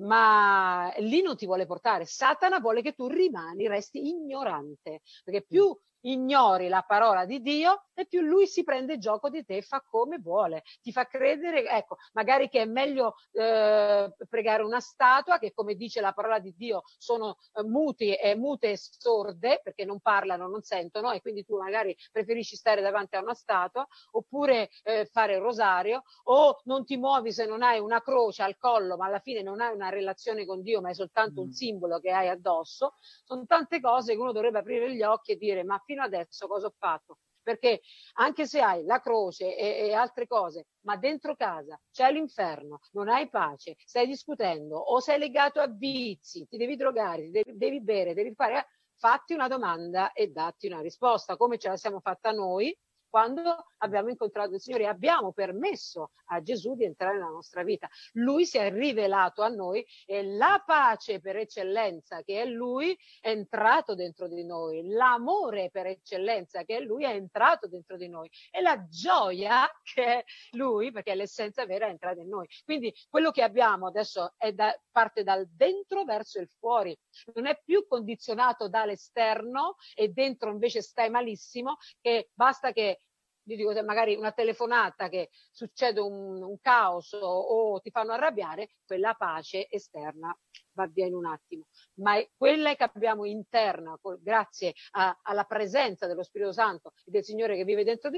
Ma lì non ti vuole portare. Satana vuole che tu resti ignorante, perché più ignori la parola di Dio e più lui si prende gioco di te, fa come vuole, ti fa credere, ecco, magari che è meglio pregare una statua che, come dice la parola di Dio, sono mute e sorde, perché non parlano, non sentono, e quindi tu magari preferisci stare davanti a una statua, oppure fare il rosario, o non ti muovi se non hai una croce al collo, ma alla fine non hai una relazione con Dio, ma è soltanto un simbolo che hai addosso. Sono tante cose che uno dovrebbe aprire gli occhi e dire: ma fino adesso cosa ho fatto? Perché anche se hai la croce e altre cose, ma dentro casa c'è l'inferno, non hai pace, stai discutendo o sei legato a vizi, ti devi drogare, devi bere, devi fare, fatti una domanda e datti una risposta, come ce la siamo fatta noi quando abbiamo incontrato il Signore e abbiamo permesso a Gesù di entrare nella nostra vita. Lui si è rivelato a noi e la pace per eccellenza che è Lui è entrato dentro di noi, l'amore per eccellenza che è Lui è entrato dentro di noi e la gioia che è Lui, perché è l'essenza vera, è entrata in noi. Quindi quello che abbiamo adesso parte dal dentro verso il fuori, non è più condizionato dall'esterno e dentro invece stai malissimo, che basta che io dico, magari una telefonata che succede un caos o ti fanno arrabbiare, quella pace esterna va via in un attimo, ma è quella che abbiamo interna, grazie alla presenza dello Spirito Santo e del Signore che vive dentro di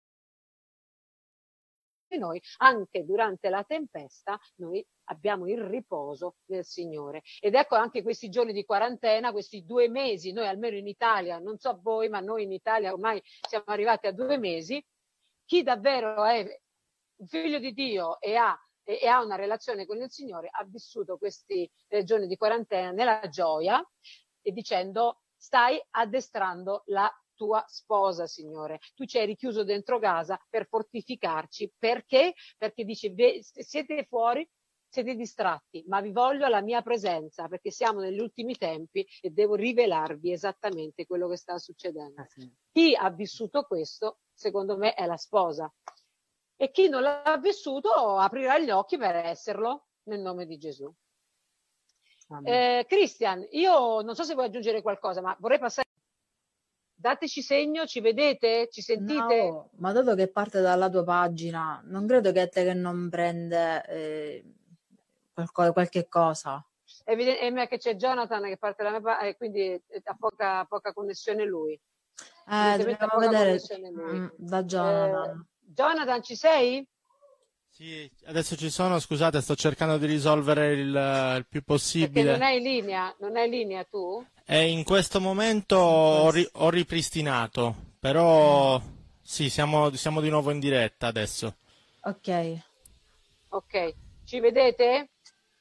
noi, anche durante la tempesta noi abbiamo il riposo del Signore. Ed ecco anche questi giorni di quarantena, questi 2 mesi, noi almeno in Italia, non so voi, ma noi in Italia ormai siamo arrivati a 2 mesi, chi davvero è un figlio di Dio e ha una relazione con il Signore ha vissuto questi giorni di quarantena nella gioia e dicendo: stai addestrando la tua sposa, Signore. Tu ci hai richiuso dentro casa per fortificarci. Perché? Perché dici, siete fuori, siete distratti, ma vi voglio alla mia presenza, perché siamo negli ultimi tempi e devo rivelarvi esattamente quello che sta succedendo. Chi ha vissuto questo, secondo me, è la sposa. E chi non l'ha vissuto aprirà gli occhi per esserlo, nel nome di Gesù. Christian, io non so se vuoi aggiungere qualcosa, ma vorrei passare. Dateci segno, ci vedete? Ci sentite? No, ma dato che parte dalla tua pagina, non credo che te che non prende qualche cosa. Evidente che c'è Jonathan che parte dalla mia parte, quindi ha poca connessione lui. Evidentemente ha Dobbiamo poca vedere connessione lui. da Jonathan. Jonathan, ci sei? Sì, adesso ci sono, scusate, sto cercando di risolvere il più possibile. Perché non hai linea tu? E in questo momento ho ripristinato, però sì, siamo di nuovo in diretta adesso. Ok. Ok, ci vedete?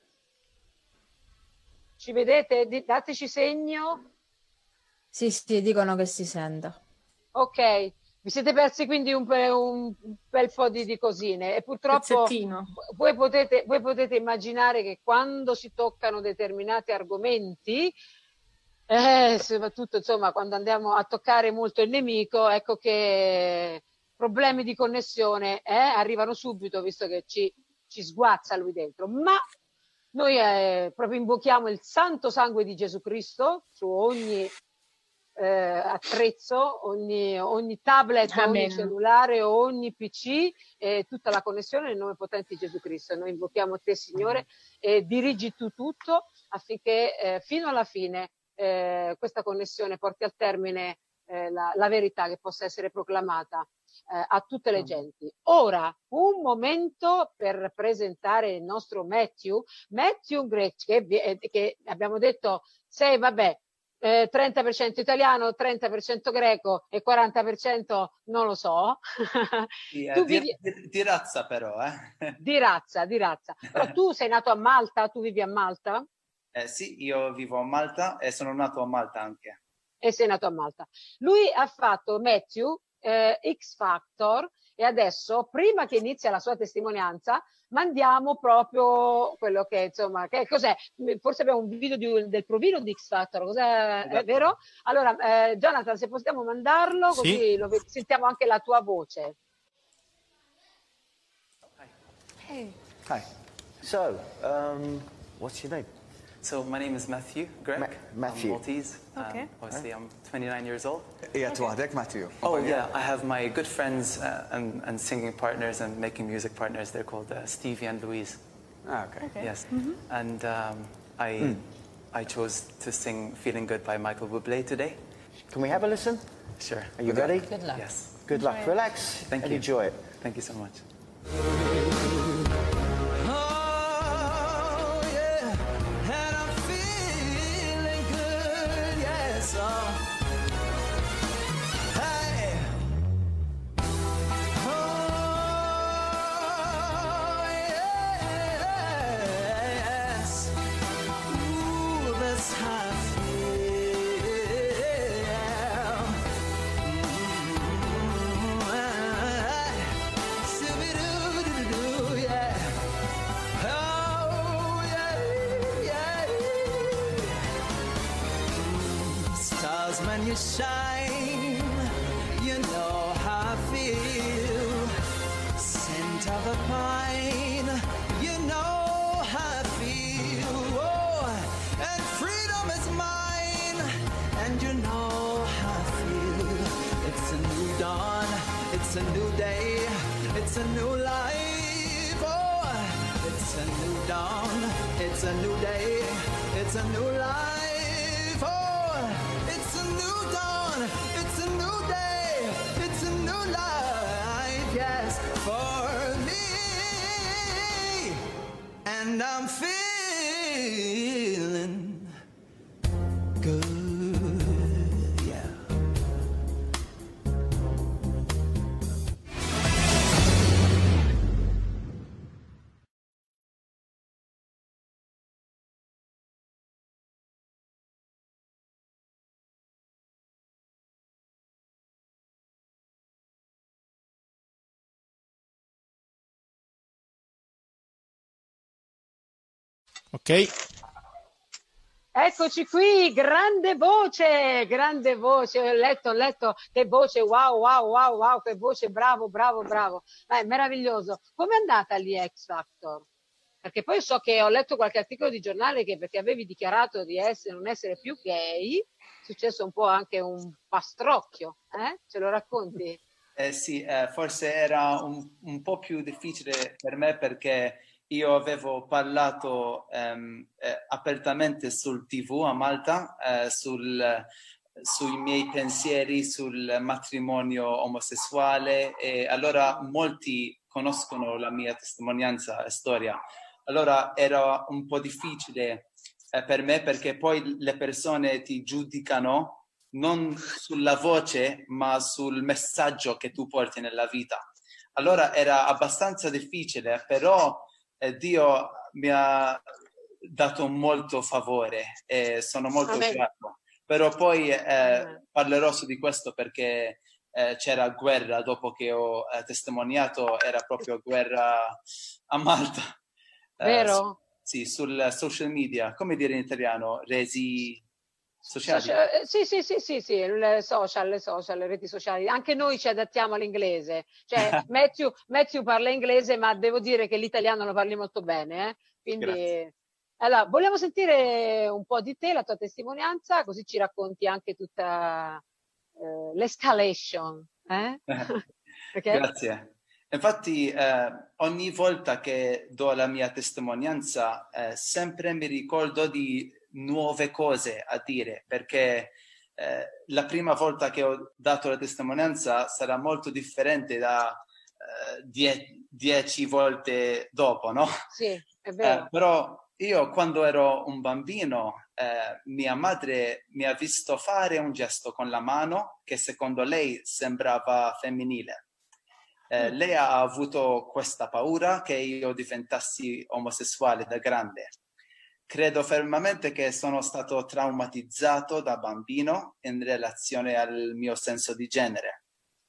Ci vedete? Dateci segno. Sì, dicono che si senta. Ok, vi siete persi quindi un bel po' di cosine e purtroppo voi potete immaginare che quando si toccano determinati argomenti, soprattutto insomma quando andiamo a toccare molto il nemico, ecco che problemi di connessione arrivano subito, visto che ci sguazza lui dentro. Ma noi proprio invochiamo il santo sangue di Gesù Cristo su ogni attrezzo, ogni tablet, Amen. ogni cellulare, ogni PC, tutta la connessione nel nome potente di Gesù Cristo. Noi invochiamo te, Signore, e dirigi tu tutto affinché fino alla fine questa connessione porti al termine la verità che possa essere proclamata a tutte le genti. Ora, un momento per presentare il nostro Matthew Grech, che abbiamo detto sei, vabbè, 30% italiano, 30% greco e 40% non lo so. Sì, Tu di razza però. Di razza. Però tu sei nato a Malta, tu vivi a Malta? Sì, io vivo a Malta e sono nato a Malta anche. E sei nato a Malta. Lui ha fatto Matthew X Factor e adesso, prima che inizia la sua testimonianza, mandiamo proprio quello che insomma, che cos'è? Forse abbiamo un video del provino di X Factor, cos'è? È vero? Allora, Jonathan, se possiamo mandarlo, così sentiamo anche la tua voce. Hey. Hi. So, what's your name? So my name is Matthew Grech. Matthew. I'm Maltese. Okay. Obviously, I'm 29 years old. Yeah, okay. Matthew. Oh yeah, I have my good friends and singing partners and making music partners. They're called Stevie and Louise. Ah, okay. Yes. And I chose to sing "Feeling Good" by Michael Bublé today. Can we have a listen? Sure. Are you ready? Good luck. Yes. Good luck. Relax. Thank and you. Enjoy it. Thank you so much. When you shine, you know how I feel. Scent of a pine, you know how I feel. Oh, and freedom is mine, and you know how I feel. It's a new dawn, it's a new day, it's a new life. Oh, it's a new dawn, it's a new day, it's a new life. It's a new day, it's a new life, yes, for me. And I'm feeling good. Ok. Eccoci qui, grande voce, ho letto, che voce, wow, che voce, bravo, meraviglioso. Com'è andata lì X Factor? Perché poi so che ho letto qualche articolo di giornale che perché avevi dichiarato di non essere più gay, è successo un po' anche un pastrocchio, Ce lo racconti? Sì, forse era un po' più difficile per me perché io avevo parlato apertamente sul TV a Malta, sui miei pensieri sul matrimonio omosessuale, e allora molti conoscono la mia testimonianza e storia. Allora era un po' difficile per me perché poi le persone ti giudicano non sulla voce, ma sul messaggio che tu porti nella vita. Allora era abbastanza difficile, però Dio mi ha dato molto favore e sono molto grato. Però poi parlerò su di questo perché c'era guerra dopo che ho testimoniato, era proprio guerra a Malta. Vero? Sì, sul social media, come dire in italiano, resi sociali? Sì, le reti sociali. Anche noi ci adattiamo all'inglese. Cioè, Matthew parla inglese, ma devo dire che l'italiano lo parli molto bene. Quindi, grazie. Allora, vogliamo sentire un po' di te, la tua testimonianza, così ci racconti anche tutta l'escalation. Okay? Grazie. Infatti, ogni volta che do la mia testimonianza, sempre mi ricordo di nuove cose a dire, perché la prima volta che ho dato la testimonianza sarà molto differente da 10 volte dopo, no? Sì, è vero. Però io quando ero un bambino, mia madre mi ha visto fare un gesto con la mano che secondo lei sembrava femminile. Lei ha avuto questa paura che io diventassi omosessuale da grande. Credo fermamente che sono stato traumatizzato da bambino in relazione al mio senso di genere.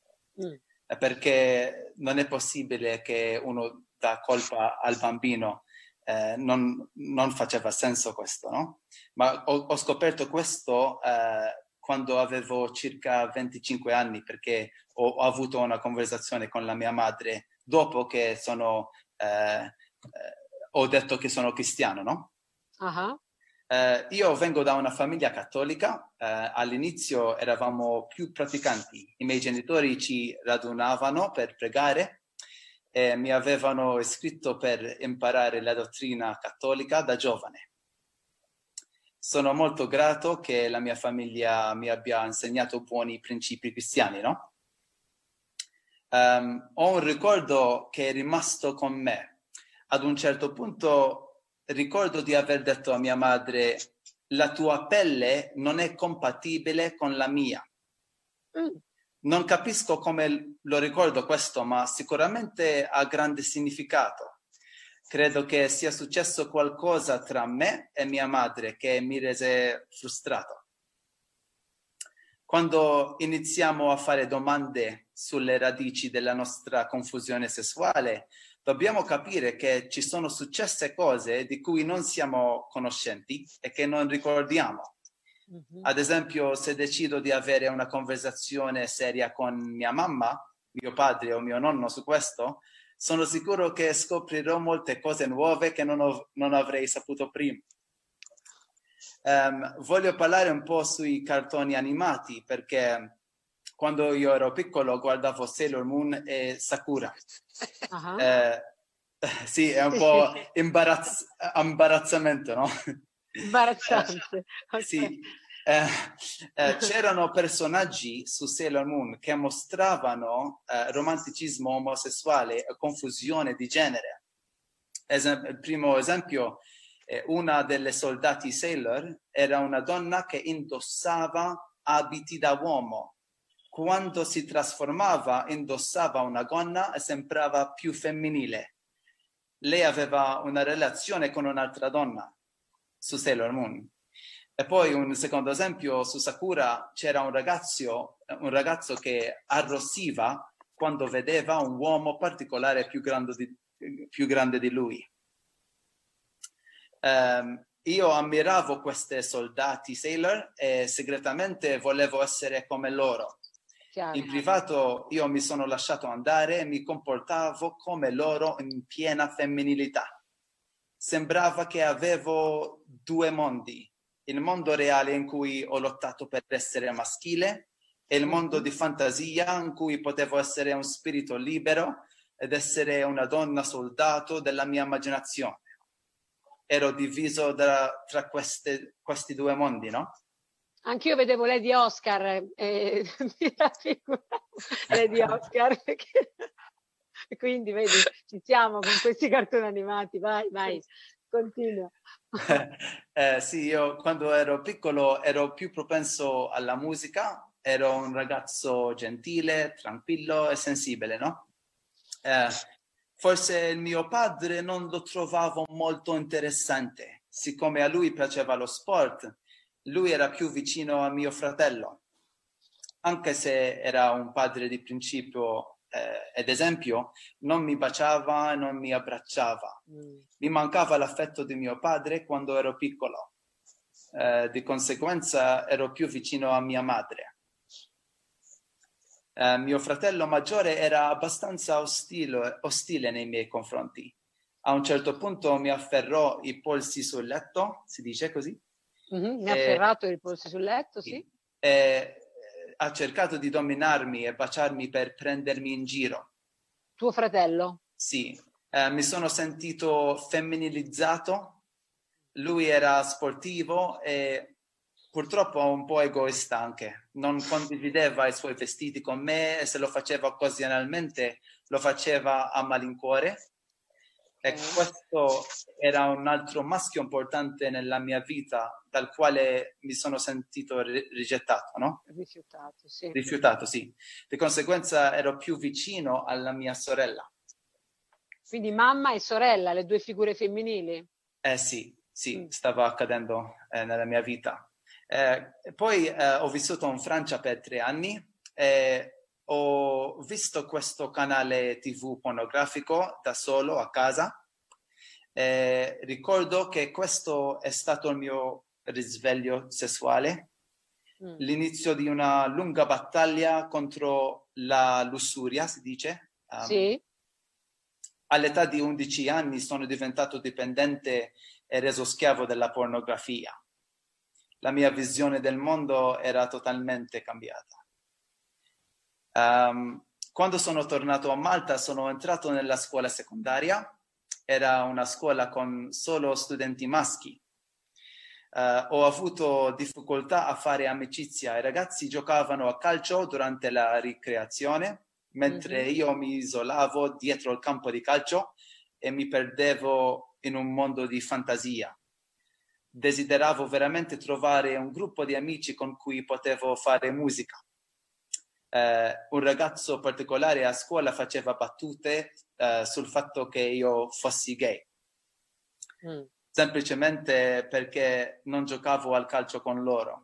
Perché non è possibile che uno dà colpa al bambino. Non faceva senso questo, no? Ma ho scoperto questo quando avevo circa 25 anni, perché ho avuto una conversazione con la mia madre dopo che ho detto che sono cristiano, no? Io vengo da una famiglia cattolica, all'inizio eravamo più praticanti, i miei genitori ci radunavano per pregare e mi avevano iscritto per imparare la dottrina cattolica da giovane. Sono molto grato che la mia famiglia mi abbia insegnato buoni principi cristiani, no? Ho un ricordo che è rimasto con me. Ad un certo punto ricordo di aver detto a mia madre: la tua pelle non è compatibile con la mia. Non capisco come lo ricordo questo, ma sicuramente ha grande significato. Credo che sia successo qualcosa tra me e mia madre che mi rese frustrato. Quando iniziamo a fare domande sulle radici della nostra confusione sessuale, dobbiamo capire che ci sono successe cose di cui non siamo conoscenti e che non ricordiamo. Ad esempio, se decido di avere una conversazione seria con mia mamma, mio padre o mio nonno su questo, sono sicuro che scoprirò molte cose nuove che non avrei saputo prima. Voglio parlare un po' sui cartoni animati, perché quando io ero piccolo guardavo Sailor Moon e Sakura. Sì, è un po' imbarazzamento, no? Imbarazzante. Sì. C'erano personaggi su Sailor Moon che mostravano romanticismo omosessuale e confusione di genere. Il primo esempio, una delle soldati Sailor era una donna che indossava abiti da uomo. Quando si trasformava, indossava una gonna e sembrava più femminile. Lei aveva una relazione con un'altra donna su Sailor Moon. E poi un secondo esempio, su Sakura c'era un ragazzo che arrossiva quando vedeva un uomo particolare più grande di lui. io ammiravo questi soldati sailor e segretamente volevo essere come loro. Chiaro. In privato io mi sono lasciato andare e mi comportavo come loro in piena femminilità. Sembrava che avevo due mondi, il mondo reale in cui ho lottato per essere maschile e il mondo di fantasia in cui potevo essere un spirito libero ed essere una donna soldato della mia immaginazione. Ero diviso tra questi due mondi, no? Anch'io vedevo Lady Oscar, mi raffiguravo Lady Oscar, quindi vedi, ci siamo con questi cartoni animati, vai, continua. Sì, io quando ero piccolo ero più propenso alla musica, ero un ragazzo gentile, tranquillo e sensibile, no? Forse il mio padre non lo trovavo molto interessante, siccome a lui piaceva lo sport. Lui era più vicino a mio fratello, anche se era un padre di principio ed esempio, non mi baciava, non mi abbracciava. Mi mancava l'affetto di mio padre quando ero piccolo, di conseguenza ero più vicino a mia madre. Mio fratello maggiore era abbastanza ostile nei miei confronti. A un certo punto mi afferrò i polsi sul letto, si dice così? Mi ha afferrato i polsi sul letto, sì. Ha cercato di dominarmi e baciarmi per prendermi in giro. Tuo fratello? Sì, mi sono sentito femminilizzato. Lui era sportivo e purtroppo un po' egoista anche. Non condivideva i suoi vestiti con me e se lo faceva occasionalmente lo faceva a malincuore. E questo era un altro maschio importante nella mia vita, dal quale mi sono sentito rigettato, no? Rifiutato, sì. Rifiutato, sì. Di conseguenza ero più vicino alla mia sorella. Quindi mamma e sorella, le due figure femminili? Sì, stava accadendo nella mia vita. Poi ho vissuto in Francia per 3 anni e ho visto questo canale TV pornografico da solo a casa. Ricordo che questo è stato il mio risveglio sessuale, l'inizio di una lunga battaglia contro la lussuria, si dice. Sì. All'età di 11 anni sono diventato dipendente e reso schiavo della pornografia. La mia visione del mondo era totalmente cambiata. Quando sono tornato a Malta sono entrato nella scuola secondaria. Era una scuola con solo studenti maschi. Ho avuto difficoltà a fare amicizia. I ragazzi giocavano a calcio durante la ricreazione, mentre io mi isolavo dietro il campo di calcio e mi perdevo in un mondo di fantasia. Desideravo veramente trovare un gruppo di amici con cui potevo fare musica. Un ragazzo particolare a scuola faceva battute sul fatto che io fossi gay, semplicemente perché non giocavo al calcio con loro.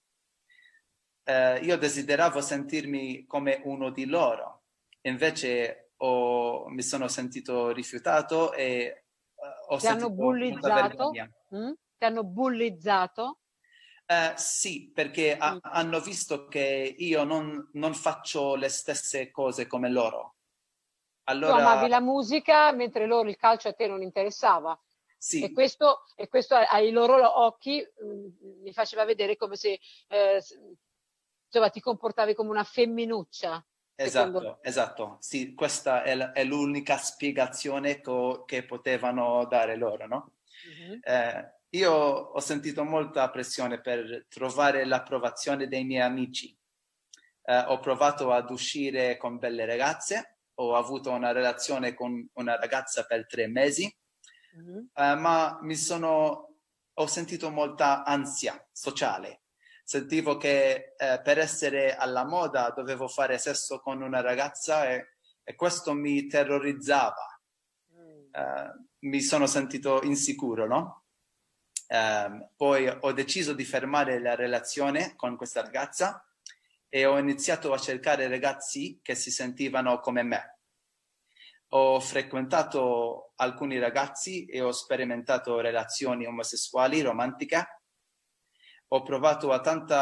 Io desideravo sentirmi come uno di loro, invece mi sono sentito rifiutato e ho sentito molta vergogna. Ti hanno bullizzato? Sì, perché hanno visto che io non faccio le stesse cose come loro. Allora, tu amavi la musica mentre loro il calcio a te non interessava. Sì. E questo ai loro occhi mi faceva vedere come se insomma, ti comportavi come una femminuccia. Esatto. Sì, questa è l'unica spiegazione che potevano dare loro, no? Io ho sentito molta pressione per trovare l'approvazione dei miei amici. Ho provato ad uscire con belle ragazze, ho avuto una relazione con una ragazza per 3 mesi, ma ho sentito molta ansia sociale. Sentivo che per essere alla moda dovevo fare sesso con una ragazza e questo mi terrorizzava. Mi sono sentito insicuro, no? Poi ho deciso di fermare la relazione con questa ragazza e ho iniziato a cercare ragazzi che si sentivano come me. Ho frequentato alcuni ragazzi e ho sperimentato relazioni omosessuali romantiche. Ho provato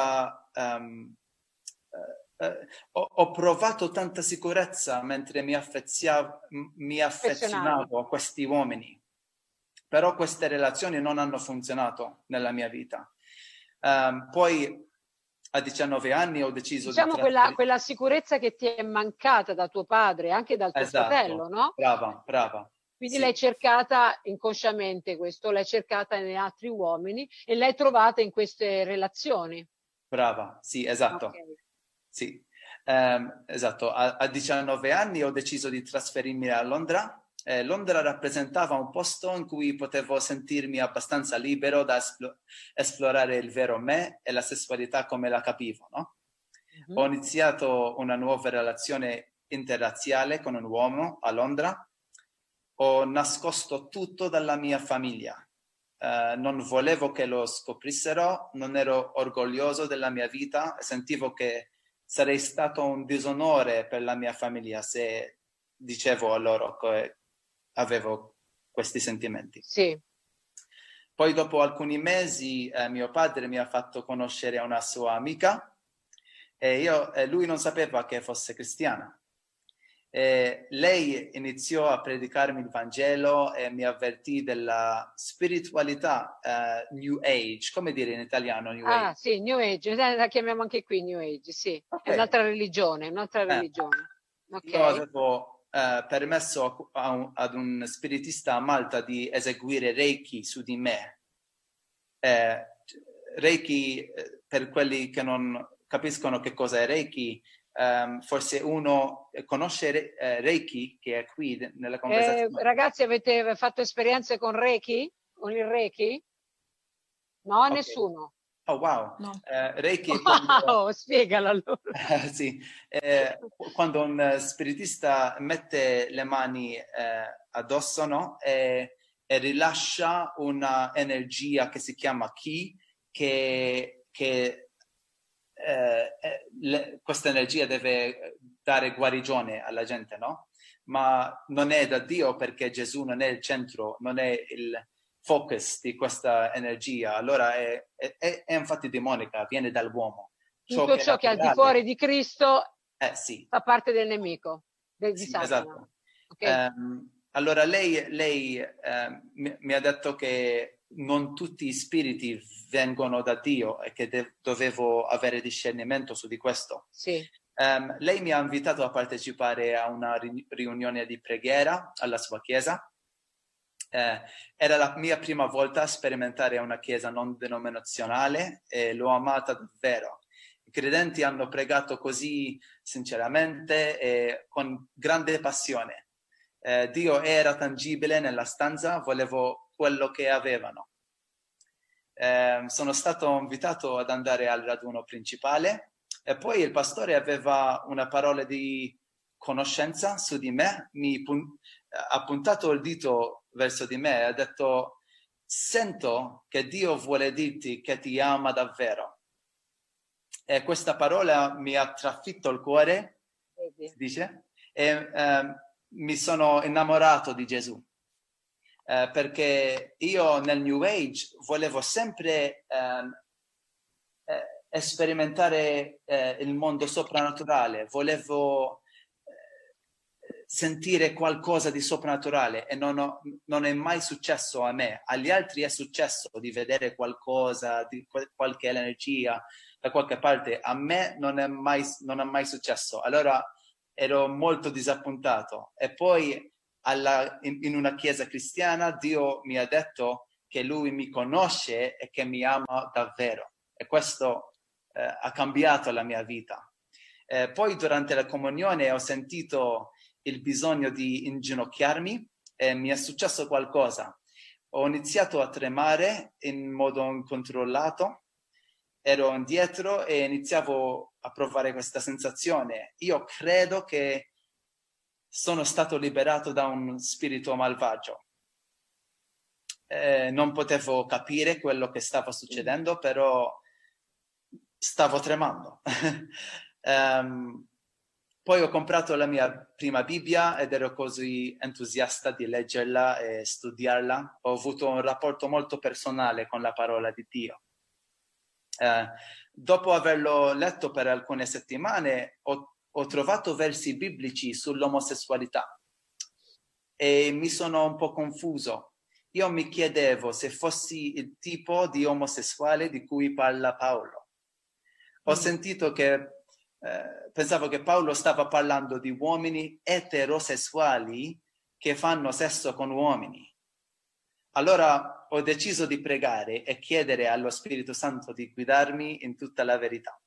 ho provato tanta sicurezza mentre mi affezionavo a questi uomini, però queste relazioni non hanno funzionato nella mia vita. Poi a 19 anni ho deciso Diciamo di quella sicurezza che ti è mancata da tuo padre, anche dal tuo fratello, no? Brava. Quindi Sì. l'hai cercata inconsciamente questo, l'hai cercata in altri uomini e l'hai trovata in queste relazioni. Brava, sì, esatto. Ok. Sì, esatto. A 19 anni ho deciso di trasferirmi a Londra. Londra rappresentava un posto in cui potevo sentirmi abbastanza libero da esplorare il vero me e la sessualità come la capivo, no? Ho iniziato una nuova relazione interrazziale con un uomo a Londra. Ho nascosto tutto dalla mia famiglia. Non volevo che lo scoprissero, non ero orgoglioso della mia vita e sentivo che sarei stato un disonore per la mia famiglia se dicevo a loro che avevo questi sentimenti. Sì. Poi dopo alcuni mesi mio padre mi ha fatto conoscere una sua amica e lui non sapeva che fosse cristiana. Lei iniziò a predicarmi il Vangelo e mi avvertì della spiritualità New Age, come dire in italiano New Age? Sì, New Age, la chiamiamo anche qui New Age, sì. Okay. È un'altra religione, Okay. Io avevo permesso ad un spiritista a Malta di eseguire Reiki su di me. Reiki, per quelli che non capiscono che cosa è Reiki, forse uno conosce Reiki, che è qui nella conversazione. Ragazzi, avete fatto esperienze con Reiki? Con il Reiki? No, Okay. Nessuno. Oh wow, No. Reiki è quando... Spiegalo allora. Sì, quando un spiritista mette le mani addosso, no? E rilascia una energia che si chiama Ki, questa energia deve dare guarigione alla gente, no? Ma non è da Dio, perché Gesù non è il centro, non è il focus di questa energia. Allora è infatti demonica, viene dall'uomo. Tutto ciò che è al di fuori di Cristo sì. fa parte del nemico, di Satana. Esatto. Okay. Allora lei mi ha detto che non tutti i spiriti vengono da Dio e che dovevo avere discernimento su di questo. Sì. Lei mi ha invitato a partecipare a una riunione di preghiera alla sua chiesa. Era la mia prima volta a sperimentare una chiesa non denominazionale e l'ho amata davvero. I credenti hanno pregato così sinceramente e con grande passione. Dio era tangibile nella stanza, volevo quello che avevano. Sono stato invitato ad andare al raduno principale e poi il pastore aveva una parola di conoscenza su di me, ha puntato il dito verso di me e ha detto: sento che Dio vuole dirti che ti ama davvero. E questa parola mi ha trafitto il cuore, si dice, e mi sono innamorato di Gesù. Perché io nel New Age volevo sempre sperimentare il mondo soprannaturale, volevo sentire qualcosa di soprannaturale e non è mai successo a me. Agli altri è successo di vedere qualcosa, di qualche energia da qualche parte. A me non è mai successo. Allora ero molto disappuntato. E poi in una chiesa cristiana Dio mi ha detto che Lui mi conosce e che mi ama davvero. E questo ha cambiato la mia vita. Poi durante la comunione ho sentito il bisogno di inginocchiarmi e mi è successo qualcosa. Ho iniziato a tremare in modo incontrollato, ero indietro e iniziavo a provare questa sensazione. Io credo che sono stato liberato da un spirito malvagio. Non potevo capire quello che stava succedendo, però stavo tremando. Poi ho comprato la mia prima Bibbia ed ero così entusiasta di leggerla e studiarla. Ho avuto un rapporto molto personale con la parola di Dio. Dopo averlo letto per alcune settimane, ho trovato versi biblici sull'omosessualità e mi sono un po' confuso. Io mi chiedevo se fossi il tipo di omosessuale di cui parla Paolo. Ho sentito che pensavo che Paolo stava parlando di uomini eterosessuali che fanno sesso con uomini. Allora ho deciso di pregare e chiedere allo Spirito Santo di guidarmi in tutta la verità.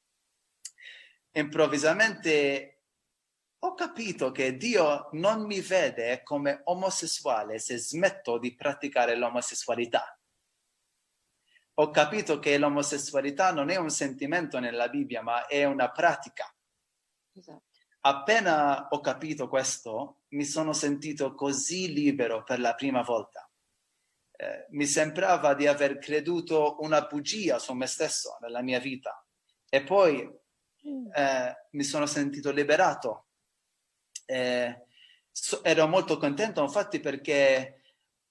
Improvvisamente ho capito che Dio non mi vede come omosessuale se smetto di praticare l'omosessualità. Ho capito che l'omosessualità non è un sentimento nella Bibbia, ma è una pratica. Esatto. Appena ho capito questo, mi sono sentito così libero per la prima volta. Mi sembrava di aver creduto una bugia su me stesso nella mia vita. E poi mi sono sentito liberato. Ero molto contento, infatti, perché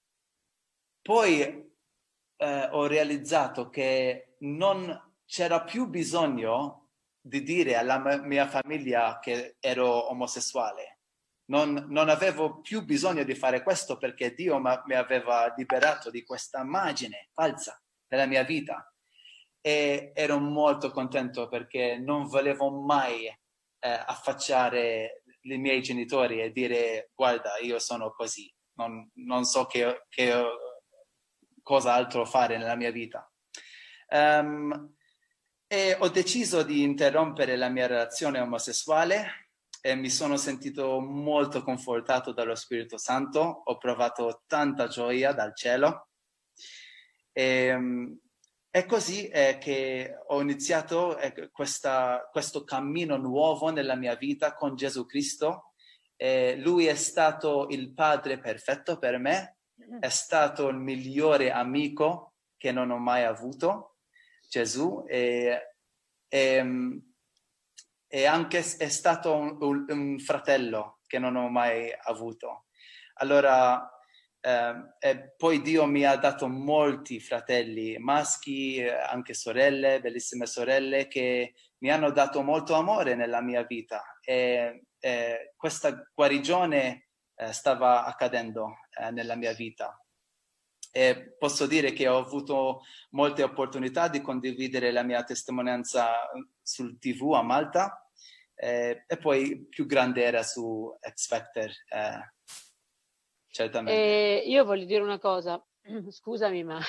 poi ho realizzato che non c'era più bisogno di dire alla mia famiglia che ero omosessuale. Non avevo più bisogno di fare questo perché Dio mi aveva liberato di questa immagine falsa della mia vita. E ero molto contento perché non volevo mai affacciare i miei genitori e dire: guarda, io sono così, non so che cosa altro fare nella mia vita. E ho deciso di interrompere la mia relazione omosessuale e mi sono sentito molto confortato dallo Spirito Santo. Ho provato tanta gioia dal cielo. E così è che ho iniziato questo cammino nuovo nella mia vita con Gesù Cristo. Lui è stato il Padre perfetto per me, è stato il migliore amico che non ho mai avuto, Gesù, e anche è stato un fratello che non ho mai avuto. Allora, e poi Dio mi ha dato molti fratelli maschi, anche sorelle, bellissime sorelle, che mi hanno dato molto amore nella mia vita. E questa guarigione stava accadendo nella mia vita. E posso dire che ho avuto molte opportunità di condividere la mia testimonianza sul TV a Malta, e poi più grande era su X Factor. Certamente. Io voglio dire una cosa, scusami, ma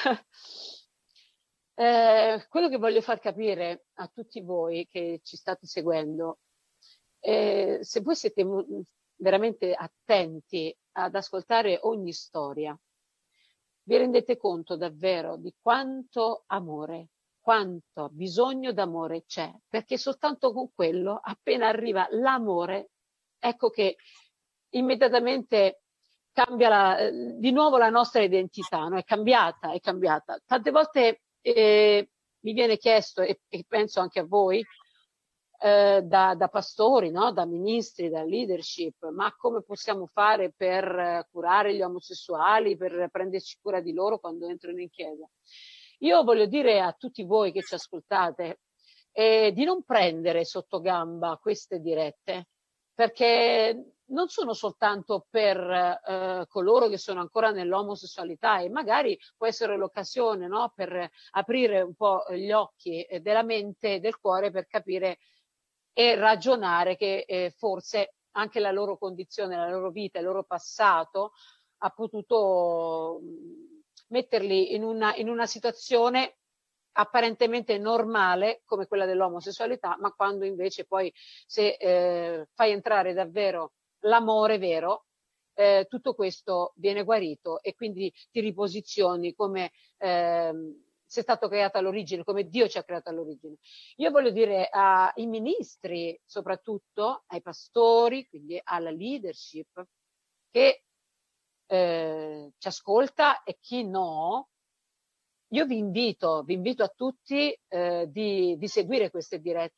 quello che voglio far capire a tutti voi che ci state seguendo, se voi siete veramente attenti ad ascoltare ogni storia, vi rendete conto davvero di quanto amore, quanto bisogno d'amore c'è, perché soltanto con quello, appena arriva l'amore, ecco che immediatamente cambia di nuovo la nostra identità, no? È cambiata, è cambiata. Tante volte mi viene chiesto, e penso anche a voi, da pastori, no? Da ministri, da leadership, ma come possiamo fare per curare gli omosessuali, per prenderci cura di loro quando entrano in chiesa? Io voglio dire a tutti voi che ci ascoltate di non prendere sotto gamba queste dirette, perché non sono soltanto per coloro che sono ancora nell'omosessualità, e magari può essere l'occasione, no? Per aprire un po' gli occhi della mente e del cuore per capire e ragionare che forse anche la loro condizione, la loro vita, il loro passato ha potuto metterli in una situazione apparentemente normale come quella dell'omosessualità, ma quando invece poi se fai entrare davvero l'amore vero, tutto questo viene guarito e quindi ti riposizioni come sei stato creato all'origine, come Dio ci ha creato all'origine. Io voglio dire ai ministri, soprattutto ai pastori, quindi alla leadership, che ci ascolta e chi no, io vi invito a tutti di seguire queste dirette,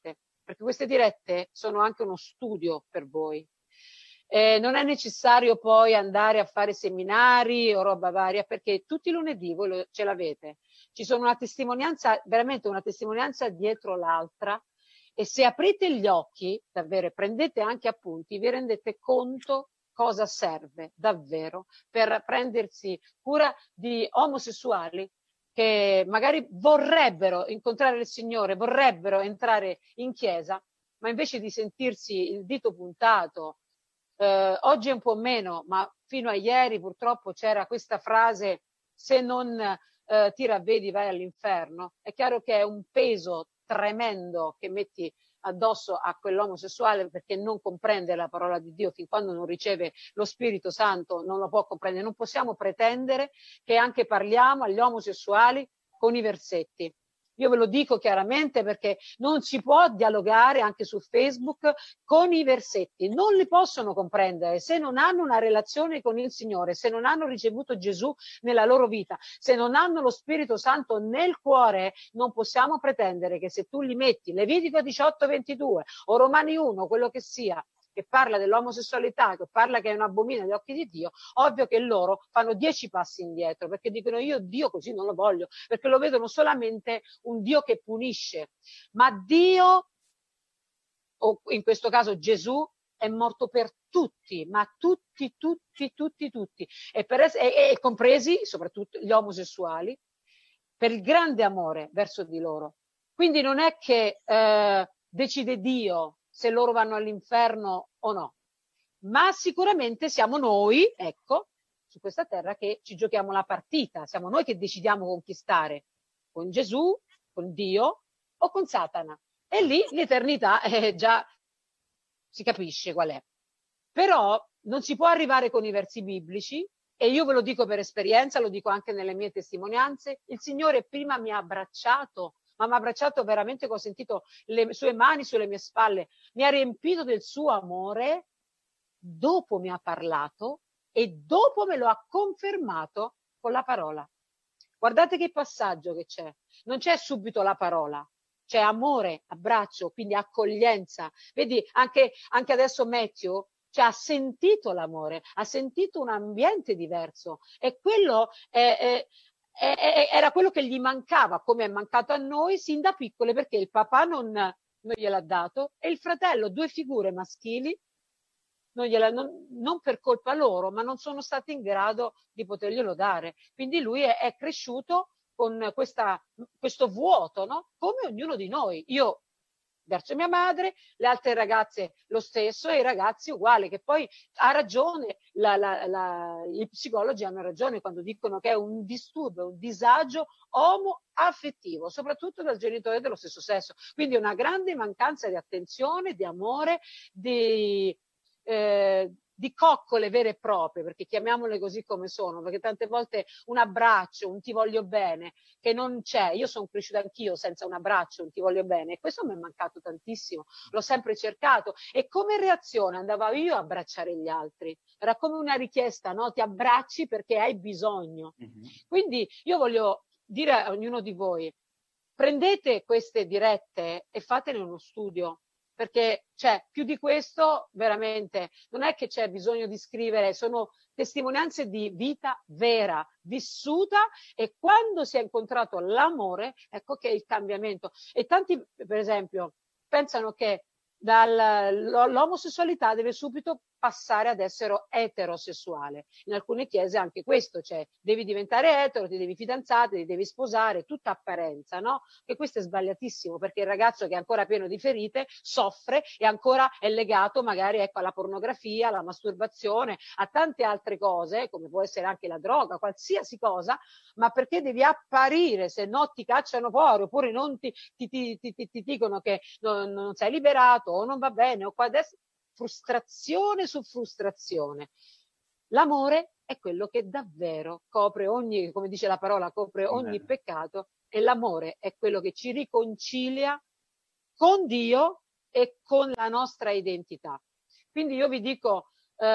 perché queste dirette sono anche uno studio per voi. Non è necessario poi andare a fare seminari o roba varia, perché tutti i lunedì voi ce l'avete. Ci sono una testimonianza, veramente una testimonianza dietro l'altra, e se aprite gli occhi, davvero, prendete anche appunti, vi rendete conto cosa serve davvero per prendersi cura di omosessuali che magari vorrebbero incontrare il Signore, vorrebbero entrare in chiesa, ma invece di sentirsi il dito puntato, oggi è un po' meno, ma fino a ieri purtroppo c'era questa frase: se non ti ravvedi vai all'inferno. È chiaro che è un peso tremendo che metti addosso a quell'omosessuale, perché non comprende la parola di Dio fin quando non riceve lo Spirito Santo, non lo può comprendere. Non possiamo pretendere che anche parliamo agli omosessuali con i versetti. Io ve lo dico chiaramente, perché non si può dialogare anche su Facebook con i versetti, non li possono comprendere se non hanno una relazione con il Signore, se non hanno ricevuto Gesù nella loro vita, se non hanno lo Spirito Santo nel cuore. Non possiamo pretendere che se tu li metti Levitico 18:22 o Romani 1, quello che sia, che parla dell'omosessualità, che parla che è un abominio agli occhi di Dio, ovvio che loro fanno 10 passi indietro, perché dicono: io Dio così non lo voglio, perché lo vedono solamente un Dio che punisce. Ma Dio, o in questo caso Gesù, è morto per tutti, ma tutti, e compresi soprattutto gli omosessuali, per il grande amore verso di loro. Quindi non è che decide Dio se loro vanno all'inferno o no, ma sicuramente siamo noi, ecco, su questa terra, che ci giochiamo la partita. Siamo noi che decidiamo con chi stare, con Gesù, con Dio o con Satana. E lì l'eternità già si capisce qual è. Però non si può arrivare con i versi biblici, e io ve lo dico per esperienza, lo dico anche nelle mie testimonianze. Il Signore prima mi ha abbracciato, ma mi ha abbracciato veramente, che ho sentito le sue mani sulle mie spalle, mi ha riempito del suo amore, dopo mi ha parlato e dopo me lo ha confermato con la parola. Guardate che passaggio che c'è, non c'è subito la parola, c'è amore, abbraccio, quindi accoglienza. Vedi, anche adesso Matthew, cioè, ha sentito l'amore, ha sentito un ambiente diverso, e quello era quello che gli mancava, come è mancato a noi sin da piccole, perché il papà non gliel'ha dato, e il fratello, 2 figure maschili, non per colpa loro, ma non sono stati in grado di poterglielo dare. Quindi lui è cresciuto con questo vuoto, no? Come ognuno di noi. Io verso mia madre, le altre ragazze lo stesso, e i ragazzi uguali, che poi ha ragione, gli psicologi hanno ragione quando dicono che è un disturbo, un disagio omoaffettivo, soprattutto dal genitore dello stesso sesso. Quindi una grande mancanza di attenzione, di amore, di coccole vere e proprie, perché chiamiamole così come sono, perché tante volte un abbraccio, un ti voglio bene, che non c'è. Io sono cresciuta anch'io senza un abbraccio, un ti voglio bene, e questo mi è mancato tantissimo, l'ho sempre cercato. E come reazione andavo io a abbracciare gli altri, era come una richiesta, no? Ti abbracci perché hai bisogno. Quindi io voglio dire a ognuno di voi: prendete queste dirette e fatene uno studio, perché più di questo veramente non è che c'è bisogno di scrivere, sono testimonianze di vita vera, vissuta, e quando si è incontrato l'amore, ecco che è il cambiamento. E tanti, per esempio, pensano che l'omosessualità deve subito passare ad essere eterosessuale. In alcune chiese anche questo c'è: devi diventare etero, ti devi fidanzare, ti devi sposare, tutta apparenza, no? E questo è sbagliatissimo, perché il ragazzo che è ancora pieno di ferite soffre e ancora è legato magari, ecco, alla pornografia, alla masturbazione, a tante altre cose, come può essere anche la droga, qualsiasi cosa, ma perché devi apparire, se no ti cacciano fuori, oppure non ti dicono che non sei liberato o non va bene, o qua adesso. Frustrazione su frustrazione. L'amore è quello che davvero copre ogni, come dice la parola, copre ogni peccato, e l'amore è quello che ci riconcilia con Dio e con la nostra identità. Quindi io vi dico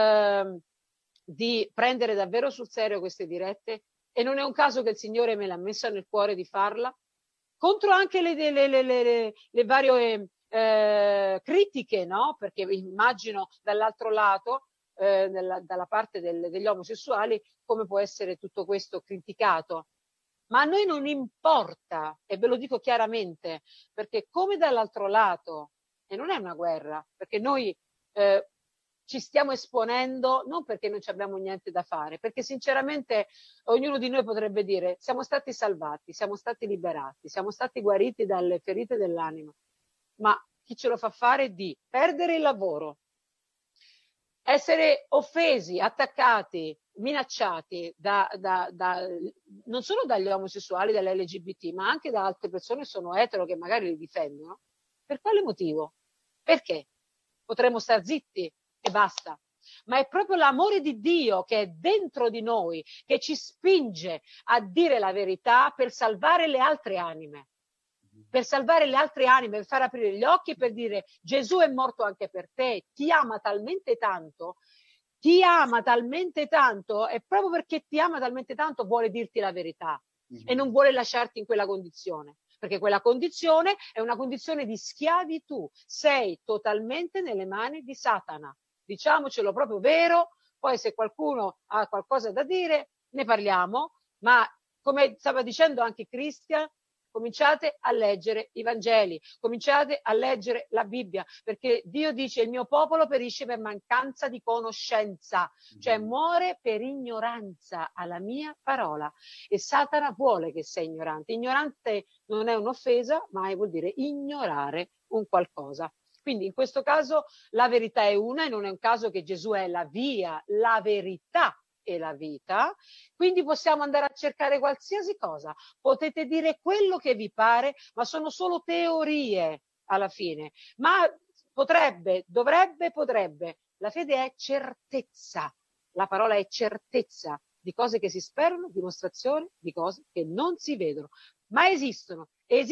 di prendere davvero sul serio queste dirette, e non è un caso che il Signore me l'ha messa nel cuore di farla, contro anche le varie critiche, no? Perché immagino dall'altro lato, dalla parte degli omosessuali, come può essere tutto questo criticato. Ma a noi non importa, e ve lo dico chiaramente, perché come dall'altro lato, e non è una guerra, perché noi ci stiamo esponendo non perché non ci abbiamo niente da fare, perché sinceramente ognuno di noi potrebbe dire siamo stati salvati, siamo stati liberati, siamo stati guariti dalle ferite dell'anima, ma chi ce lo fa fare di perdere il lavoro, essere offesi, attaccati, minacciati non solo dagli omosessuali, dall'LGBT, ma anche da altre persone che sono etero che magari li difendono. Per quale motivo? Perché? Potremmo star zitti e basta. Ma è proprio l'amore di Dio che è dentro di noi che ci spinge a dire la verità per salvare le altre anime. Per salvare le altre anime, per far aprire gli occhi e per dire Gesù è morto anche per te, ti ama talmente tanto, e proprio perché ti ama talmente tanto vuole dirti la verità e non vuole lasciarti in quella condizione, perché quella condizione è una condizione di schiavitù, sei totalmente nelle mani di Satana, diciamocelo proprio vero, poi se qualcuno ha qualcosa da dire ne parliamo, ma come stava dicendo anche Christian, cominciate a leggere i Vangeli, cominciate a leggere la Bibbia, perché Dio dice il mio popolo perisce per mancanza di conoscenza, cioè muore per ignoranza alla mia parola, e Satana vuole che sei ignorante. Ignorante non è un'offesa, ma vuol dire ignorare un qualcosa. Quindi in questo caso la verità è una, e non è un caso che Gesù è la via, la verità e la vita, quindi possiamo andare a cercare qualsiasi cosa, potete dire quello che vi pare, ma sono solo teorie alla fine, ma potrebbe, dovrebbe, potrebbe, la fede è certezza, la parola è certezza di cose che si sperano, dimostrazione di cose che non si vedono, ma esistono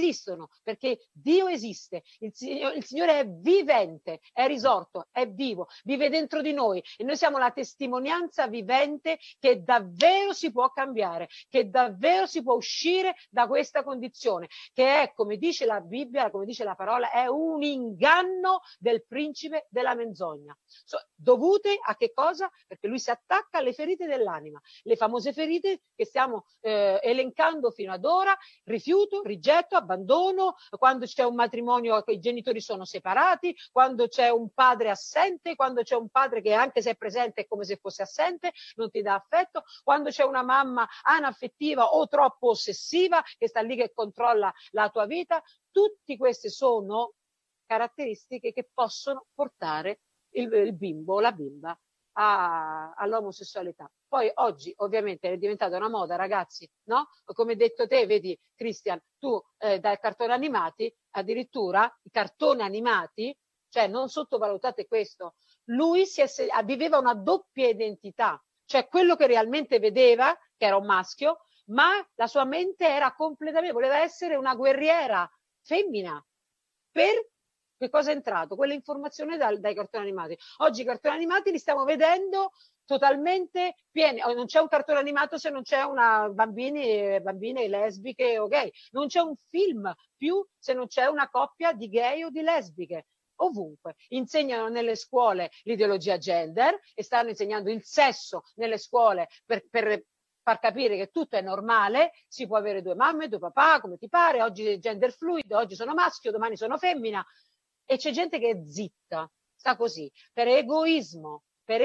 perché Dio esiste, il Signore è vivente, è risorto, è vivo, vive dentro di noi e noi siamo la testimonianza vivente che davvero si può cambiare, che davvero si può uscire da questa condizione, che è, come dice la Bibbia, come dice la parola, è un inganno del principe della menzogna. Dovute a che cosa? Perché lui si attacca alle ferite dell'anima, le famose ferite che stiamo elencando fino ad ora, rifiuto, rigetto, abbandono, quando c'è un matrimonio i genitori sono separati, quando c'è un padre assente, quando c'è un padre che anche se è presente è come se fosse assente, non ti dà affetto, quando c'è una mamma anaffettiva o troppo ossessiva che sta lì che controlla la tua vita, tutte queste sono caratteristiche che possono portare il bimbo o la bimba all'omosessualità. Poi oggi ovviamente è diventata una moda, ragazzi, no? Come hai detto te, vedi Christian, tu dai cartoni animati, addirittura i cartoni animati, cioè non sottovalutate questo, lui viveva una doppia identità, cioè quello che realmente vedeva, che era un maschio, ma la sua mente era completamente, voleva essere una guerriera femmina. Per che cosa è entrato? Quell'informazione dai cartoni animati. Oggi i cartoni animati li stiamo vedendo totalmente pieni. Non c'è un cartone animato se non c'è una bambine lesbiche o gay. Non c'è un film più se non c'è una coppia di gay o di lesbiche. Ovunque. Insegnano nelle scuole l'ideologia gender e stanno insegnando il sesso nelle scuole per far capire che tutto è normale, si può avere due mamme, due papà, come ti pare, oggi è gender fluido, oggi sono maschio, domani sono femmina. E c'è gente che è zitta, sta così, per egoismo,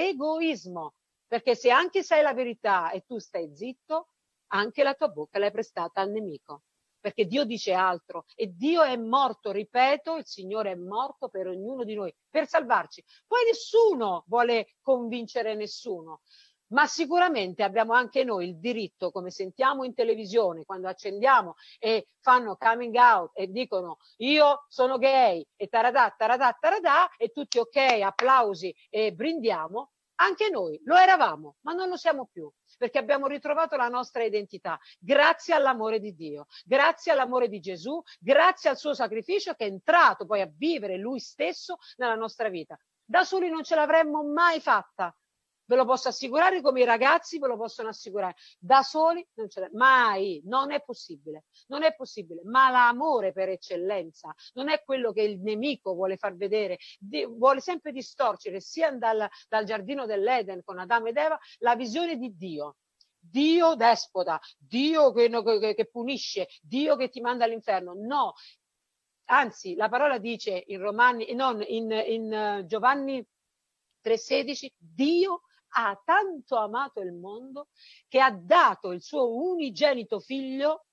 perché se anche sai la verità e tu stai zitto, anche la tua bocca l'hai prestata al nemico, perché Dio dice altro e Dio è morto, ripeto, il Signore è morto per ognuno di noi, per salvarci. Poi nessuno vuole convincere nessuno, ma sicuramente abbiamo anche noi il diritto, come sentiamo in televisione, quando accendiamo e fanno coming out e dicono io sono gay e taradà, e tutti ok, applausi e brindiamo, anche noi lo eravamo, ma non lo siamo più, perché abbiamo ritrovato la nostra identità, grazie all'amore di Dio, grazie all'amore di Gesù, grazie al suo sacrificio che è entrato poi a vivere lui stesso nella nostra vita. Da soli non ce l'avremmo mai fatta. ve lo posso assicurare, come i ragazzi ve lo possono assicurare. Da soli non ce l'è mai, non è possibile, non è possibile. Ma l'amore per eccellenza non è quello che il nemico vuole far vedere, vuole sempre distorcere, sia dal giardino dell'Eden con Adamo ed Eva, la visione di Dio. Dio despota, Dio che punisce, Dio che ti manda all'inferno. No, anzi, la parola dice in Giovanni 3,16, Dio ha tanto amato il mondo che ha dato il suo unigenito figlio,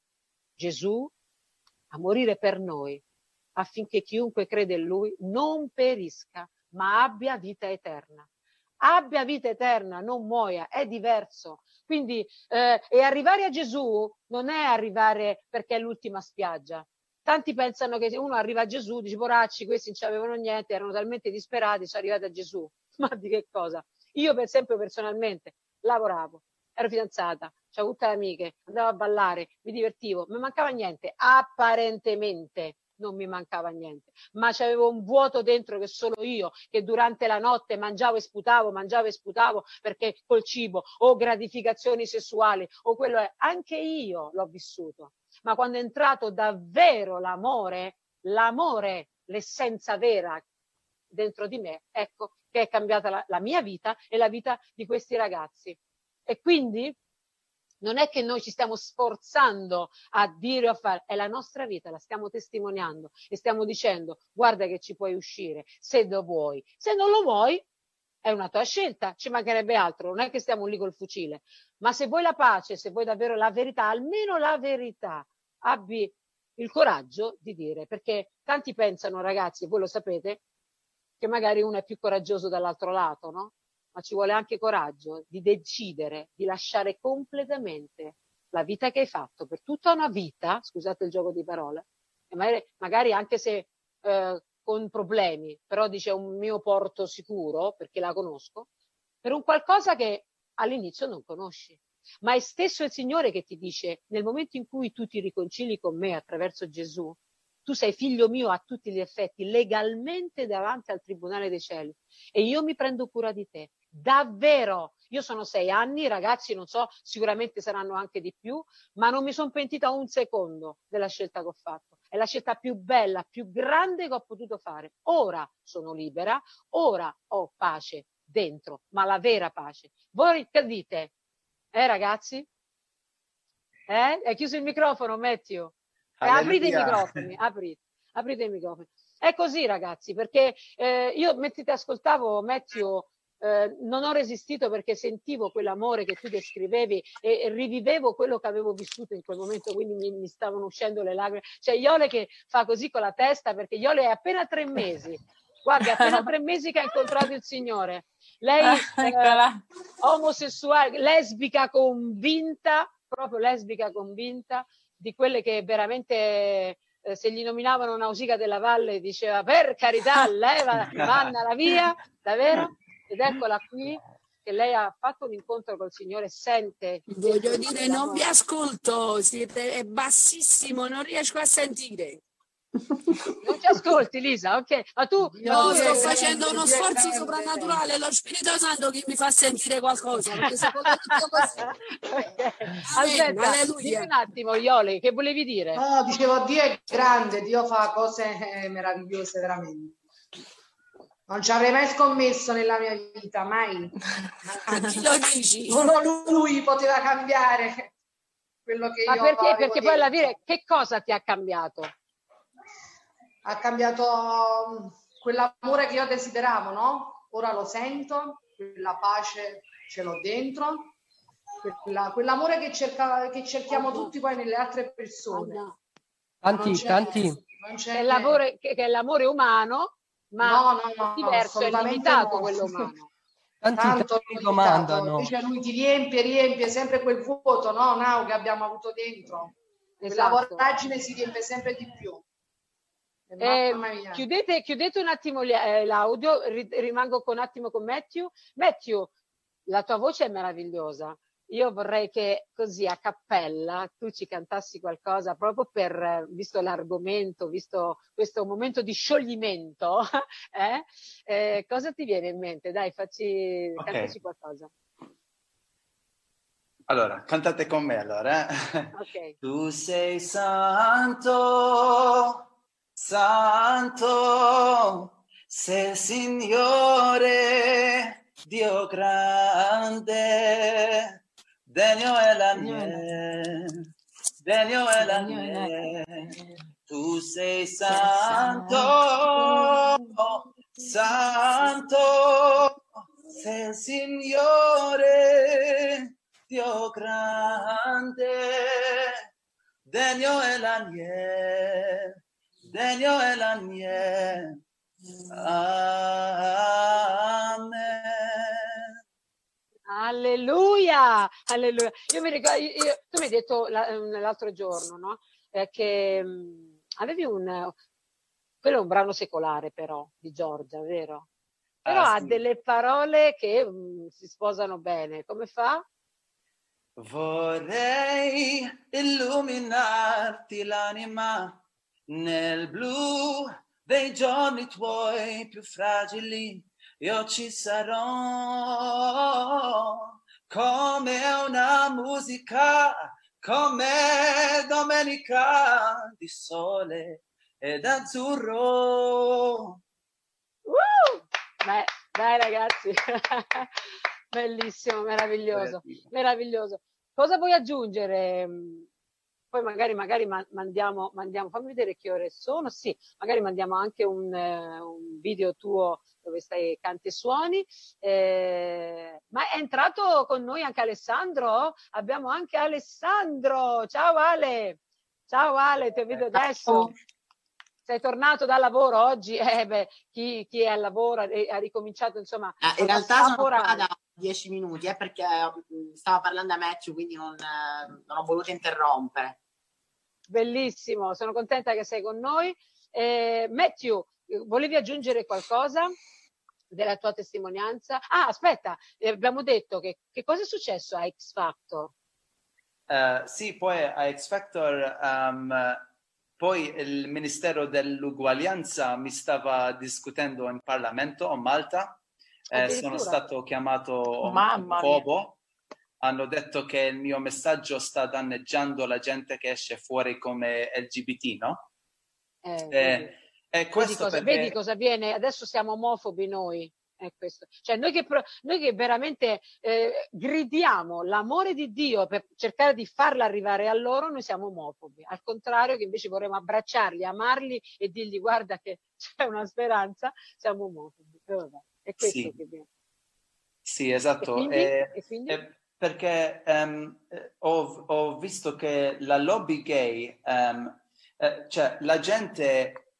Gesù, a morire per noi, affinché chiunque crede in lui non perisca, ma abbia vita eterna. Abbia vita eterna, non muoia, è diverso. Quindi, e arrivare a Gesù non è arrivare perché è l'ultima spiaggia. Tanti pensano che uno arriva a Gesù, dice, poracci, questi non c'avevano niente, erano talmente disperati, sono arrivati a Gesù. Ma di che cosa? Io, per esempio, personalmente, lavoravo, ero fidanzata, c'avevo tutte le amiche, andavo a ballare, mi divertivo, non mi mancava niente, apparentemente non mi mancava niente, ma c'avevo un vuoto dentro che solo io, che durante la notte mangiavo e sputavo perché col cibo, o gratificazioni sessuali, o quello è, anche io l'ho vissuto. Ma quando è entrato davvero l'amore, l'essenza vera dentro di me, ecco che è cambiata la mia vita e la vita di questi ragazzi. E quindi non è che noi ci stiamo sforzando a dire o a fare, è la nostra vita, la stiamo testimoniando e stiamo dicendo, guarda che ci puoi uscire se lo vuoi. Se non lo vuoi, è una tua scelta, ci mancherebbe altro, non è che stiamo lì col fucile. Ma se vuoi la pace, se vuoi davvero la verità, almeno la verità, abbi il coraggio di dire, perché tanti pensano, ragazzi, voi lo sapete, che magari uno è più coraggioso dall'altro lato, no? Ma ci vuole anche coraggio di decidere di lasciare completamente la vita che hai fatto per tutta una vita, scusate il gioco di parole, e magari anche se con problemi, però dice un mio porto sicuro, perché la conosco, per un qualcosa che all'inizio non conosci. Ma è stesso il Signore che ti dice, nel momento in cui tu ti riconcili con me attraverso Gesù, tu sei figlio mio a tutti gli effetti, legalmente davanti al Tribunale dei Cieli, e io mi prendo cura di te. Davvero, io sono 6 anni, i ragazzi non so, sicuramente saranno anche di più, ma non mi sono pentita un secondo della scelta che ho fatto. È la scelta più bella, più grande che ho potuto fare. Ora sono libera, ora ho pace dentro, ma la vera pace. Voi che dite? Ragazzi? È chiuso il microfono, Matthew? Aprite i microfoni, aprite i microfoni. È così, ragazzi, perché io, mentre ti ascoltavo, Matthew, non ho resistito perché sentivo quell'amore che tu descrivevi e rivivevo quello che avevo vissuto in quel momento, quindi mi stavano uscendo le lacrime. Cioè Iole che fa così con la testa, perché Iole è appena 3 mesi. Guarda, è appena 3 mesi che ha incontrato il Signore. Lei omosessuale, lesbica convinta, proprio lesbica convinta, di quelle che veramente se gli nominavano Nausicaa della Valle diceva per carità, leva, mannala via, davvero? Ed eccola qui, che lei ha fatto un incontro col Signore, sente. Voglio dire, non vi ascolto, è bassissimo, non riesco a sentire. Non ti ascolti, Lisa, ok? Ma tu sto facendo uno sforzo soprannaturale, lo Spirito Santo che mi fa sentire qualcosa, perché secondo tutto così. Aspetta, alleluia. dimmi un attimo, Iole, che volevi dire? No, dicevo, Dio è grande, Dio fa cose meravigliose veramente. Non ci avrei mai scommesso nella mia vita, mai. Chi lo dici? Solo lui poteva cambiare quello che io Ma perché? avevo Perché poi alla fine che cosa ti ha cambiato? Ha cambiato quell'amore che io desideravo, no? Ora lo sento, quella pace ce l'ho dentro, quell'amore che cerchiamo tutti poi nelle altre persone. Tanti. Che è l'amore umano, ma no, diverso, è limitato quello umano. Tanto domandano. Invece lui ti riempie sempre quel vuoto, no, Nau, che abbiamo avuto dentro. Esatto. La voragine si riempie sempre di più. Chiudete un attimo l'audio, rimango un attimo con Matthew. Matthew, la tua voce è meravigliosa. io vorrei che così a cappella tu ci cantassi qualcosa proprio per, visto l'argomento, visto questo momento di scioglimento, cosa ti viene in mente? Dai, cantaci qualcosa. Allora, cantate con me allora. Ok. Tu sei santo, santo, sei il Signore, Dio grande, degno è l'agnello, degno è l'agnello. Tu sei santo, santo, sei il Signore, Dio grande, degno è l'agnello, degno è l'agnello. Amen. Alleluia, alleluia. Io mi ricordo, tu mi hai detto l'altro giorno, no? Che avevi quello è un brano secolare però, di Giorgia, vero? Però ha sì. delle parole che si sposano bene. Come fa? Vorrei illuminarti l'anima nel blu dei giorni tuoi più fragili. Io ci sarò come una musica, come domenica di sole ed azzurro. Beh, dai ragazzi, bellissimo, meraviglioso, meraviglioso. Cosa vuoi aggiungere? Poi magari mandiamo, fammi vedere che ore sono, sì, magari mandiamo anche un video tuo dove canti e suoni, ma è entrato con noi anche Alessandro? Abbiamo anche Alessandro, ciao Ale, ti vedo adesso. Sei tornato dal lavoro oggi? Chi è al lavoro ha ricominciato, insomma. In realtà sono qua da 10 minuti, perché stavo parlando a Matthew, quindi non ho voluto interrompere. Bellissimo, sono contenta che sei con noi. Matthew, volevi aggiungere qualcosa della tua testimonianza? Ah, aspetta, abbiamo detto che cosa è successo a X Factor? Sì, poi a X Factor... Poi il Ministero dell'Uguaglianza mi stava discutendo in Parlamento a Malta, sono stato chiamato omofobo, hanno detto che il mio messaggio sta danneggiando la gente che esce fuori come LGBT, no? Vedi cosa avviene? Adesso siamo omofobi noi. È questo. Cioè noi che veramente gridiamo l'amore di Dio per cercare di farla arrivare a loro, noi siamo omofobi. Al contrario, che invece vorremmo abbracciarli, amarli e dirgli guarda che c'è una speranza, siamo omofobi. È questo che abbiamo. Sì, esatto. E quindi? Perché ho visto che la lobby gay, cioè la gente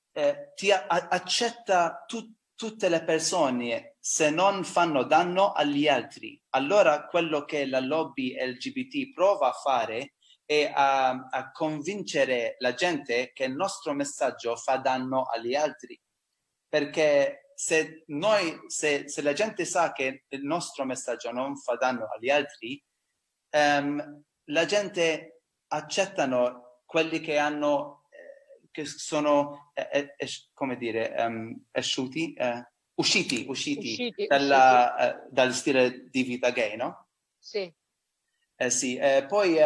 accetta tutte le persone se non fanno danno agli altri. Allora quello che la lobby LGBT prova a fare è a convincere la gente che il nostro messaggio fa danno agli altri. Perché se la gente sa che il nostro messaggio non fa danno agli altri, la gente accettano quelli che hanno che sono come dire usciti dal stile di vita gay, no? Sì. Sì. Poi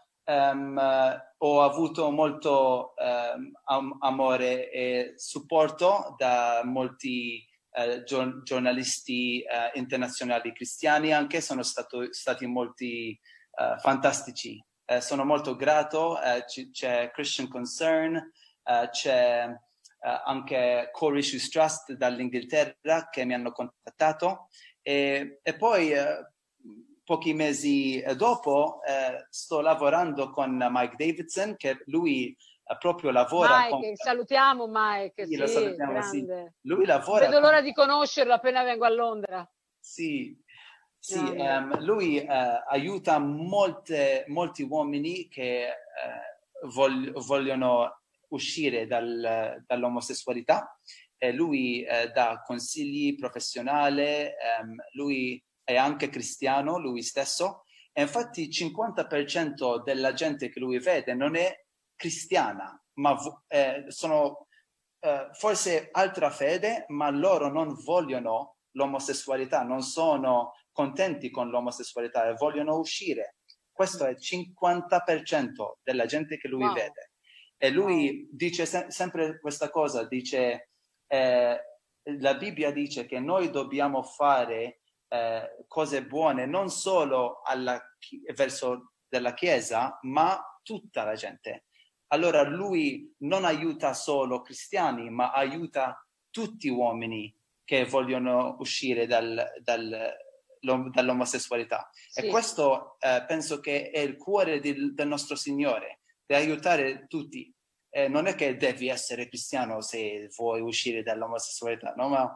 ho avuto molto amore e supporto da molti giornalisti internazionali cristiani, anche sono stati molti fantastici. Sono molto grato. C'è Christian Concern, c'è anche Core Issues Trust dall'Inghilterra che mi hanno contattato e poi pochi mesi dopo sto lavorando con Mike Davidson, che lui proprio lavora Mike, salutiamo Mike, sì, lo salutiamo, grande. Sì. Lui lavora non vedo l'ora di conoscerlo appena vengo a Londra. Sì, lui aiuta molti uomini che vogliono uscire dall'omosessualità, e lui dà consigli professionali, lui è anche cristiano lui stesso, E infatti il 50% della gente che lui vede non è cristiana, ma sono forse altra fede, ma loro non vogliono l'omosessualità, non sono contenti con l'omosessualità e vogliono uscire. Questo è il 50% della gente che lui vede. E lui dice sempre questa cosa, dice, la Bibbia dice che noi dobbiamo fare cose buone non solo verso della Chiesa, ma tutta la gente. Allora lui non aiuta solo cristiani, ma aiuta tutti gli uomini che vogliono uscire dall'omosessualità. Sì. E questo penso che è il cuore del nostro Signore, di aiutare tutti. Non è che devi essere cristiano se vuoi uscire dall'omosessualità, no? Ma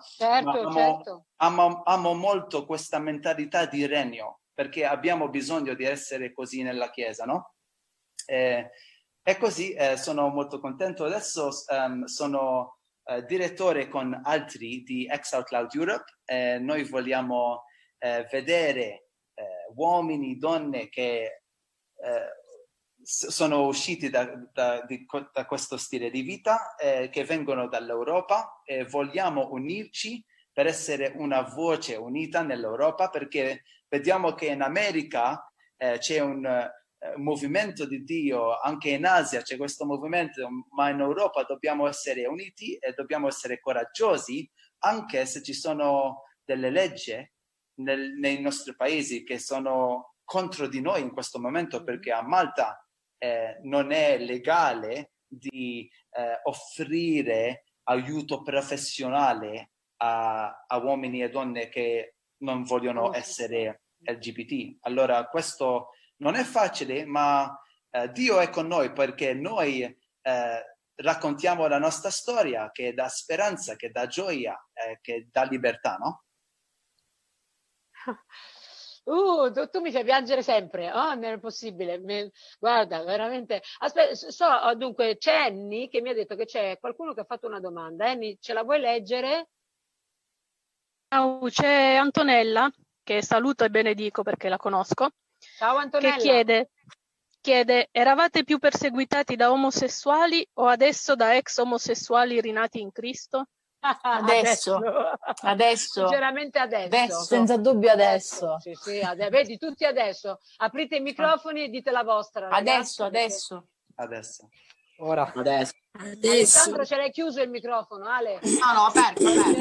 amo molto questa mentalità di regno, perché abbiamo bisogno di essere così nella Chiesa, no? E così sono molto contento. Adesso sono direttore con altri di X Out Loud Europe. Noi vogliamo vedere uomini, donne che sono usciti da questo stile di vita, che vengono dall'Europa, e vogliamo unirci per essere una voce unita nell'Europa, perché vediamo che in America c'è un movimento di Dio, anche in Asia c'è questo movimento, ma in Europa dobbiamo essere uniti e dobbiamo essere coraggiosi, anche se ci sono delle leggi nei nostri paesi che sono contro di noi in questo momento, perché a Malta non è legale di offrire aiuto professionale a uomini e donne che non vogliono essere LGBT. Allora questo non è facile, ma Dio è con noi, perché noi raccontiamo la nostra storia, che dà speranza, che dà gioia, che dà libertà, no? Tu mi fai piangere sempre, non è possibile. Guarda, veramente. Aspetta, dunque, c'è Annie che mi ha detto che c'è qualcuno che ha fatto una domanda. Annie, ce la vuoi leggere? C'è Antonella, che saluto e benedico perché la conosco. Ciao Antonella. Che chiede, eravate più perseguitati da omosessuali o adesso da ex omosessuali rinati in Cristo? Adesso. Sinceramente adesso. Senza dubbio adesso. Sì, vedi, tutti adesso. Aprite i microfoni e dite la vostra. Ragazzi, adesso. Ora. Adesso. Alessandro, ce l'hai chiuso il microfono, Ale? No, aperto.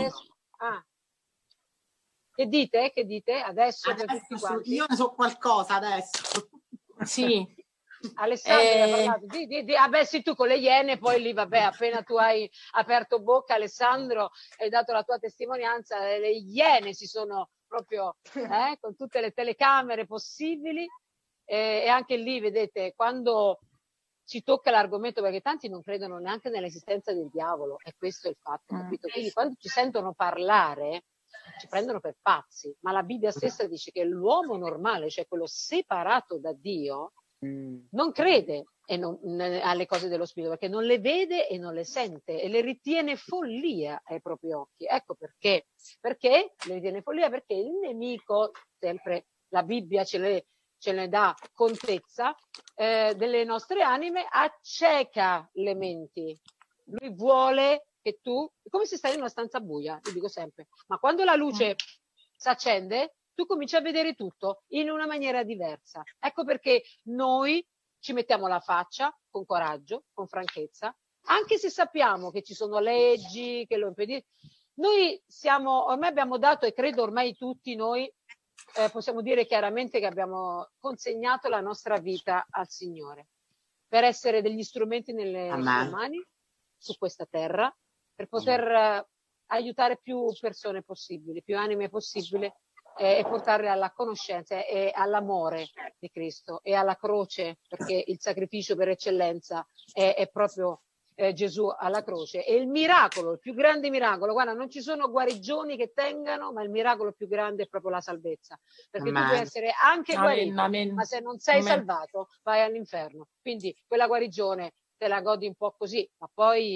Che dite? Adesso io ne so qualcosa adesso. Sì. Alessandro, sì, tu con le Iene, poi lì, vabbè, appena tu hai aperto bocca, Alessandro, hai dato la tua testimonianza, le Iene si sono proprio, con tutte le telecamere possibili, e anche lì, vedete, quando si tocca l'argomento, perché tanti non credono neanche nell'esistenza del diavolo, e questo è il fatto, capito? Quindi quando ci sentono parlare, ci prendono per pazzi, ma la Bibbia stessa dice che l'uomo normale, cioè quello separato da Dio, non crede alle cose dello spirito, perché non le vede e non le sente e le ritiene follia ai propri occhi. Ecco perché le ritiene follia, perché il nemico, sempre la Bibbia ce ne dà contezza, delle nostre anime, acceca le menti. Lui vuole che tu, è come se stai in una stanza buia, io dico sempre, ma quando la luce si accende, tu cominci a vedere tutto in una maniera diversa. Ecco perché noi ci mettiamo la faccia con coraggio, con franchezza, anche se sappiamo che ci sono leggi che lo impediscono. Noi ormai abbiamo dato, e credo ormai tutti noi possiamo dire chiaramente che abbiamo consegnato la nostra vita al Signore per essere degli strumenti nelle sue mani su questa terra, per poter aiutare più persone possibili, più anime possibili, e portarle alla conoscenza e all'amore di Cristo e alla croce, perché il sacrificio per eccellenza è proprio Gesù alla croce. E il miracolo, il più grande miracolo, guarda, non ci sono guarigioni che tengano, ma il miracolo più grande è proprio la salvezza, perché tu puoi essere anche guarito, ma se non sei salvato vai all'inferno. Quindi quella guarigione te la godi un po' così, ma poi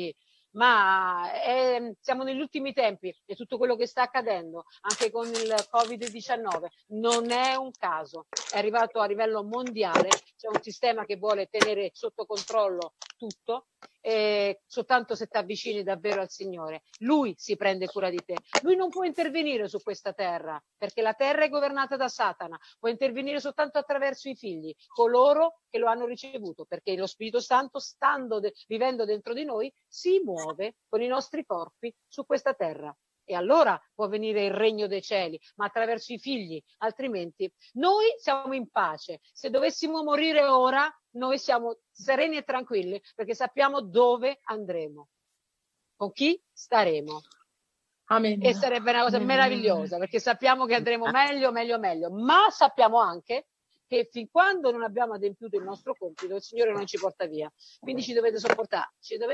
ma siamo negli ultimi tempi e tutto quello che sta accadendo, anche con il Covid-19, non è un caso, è arrivato a livello mondiale, c'è un sistema che vuole tenere sotto controllo tutto, soltanto se ti avvicini davvero al Signore, Lui si prende cura di te, Lui non può intervenire su questa terra, perché la terra è governata da Satana, può intervenire soltanto attraverso i figli, coloro che lo hanno ricevuto, perché lo Spirito Santo, vivendo dentro di noi, si muove con i nostri corpi su questa terra. E allora può venire il regno dei cieli, ma attraverso i figli, altrimenti noi siamo in pace. Se dovessimo morire ora, noi siamo sereni e tranquilli, perché sappiamo dove andremo, con chi staremo. Amen. E sarebbe una cosa meravigliosa, perché sappiamo che andremo meglio, ma sappiamo anche che fin quando non abbiamo adempiuto il nostro compito, il Signore non ci porta via. Quindi ci dovete sopportare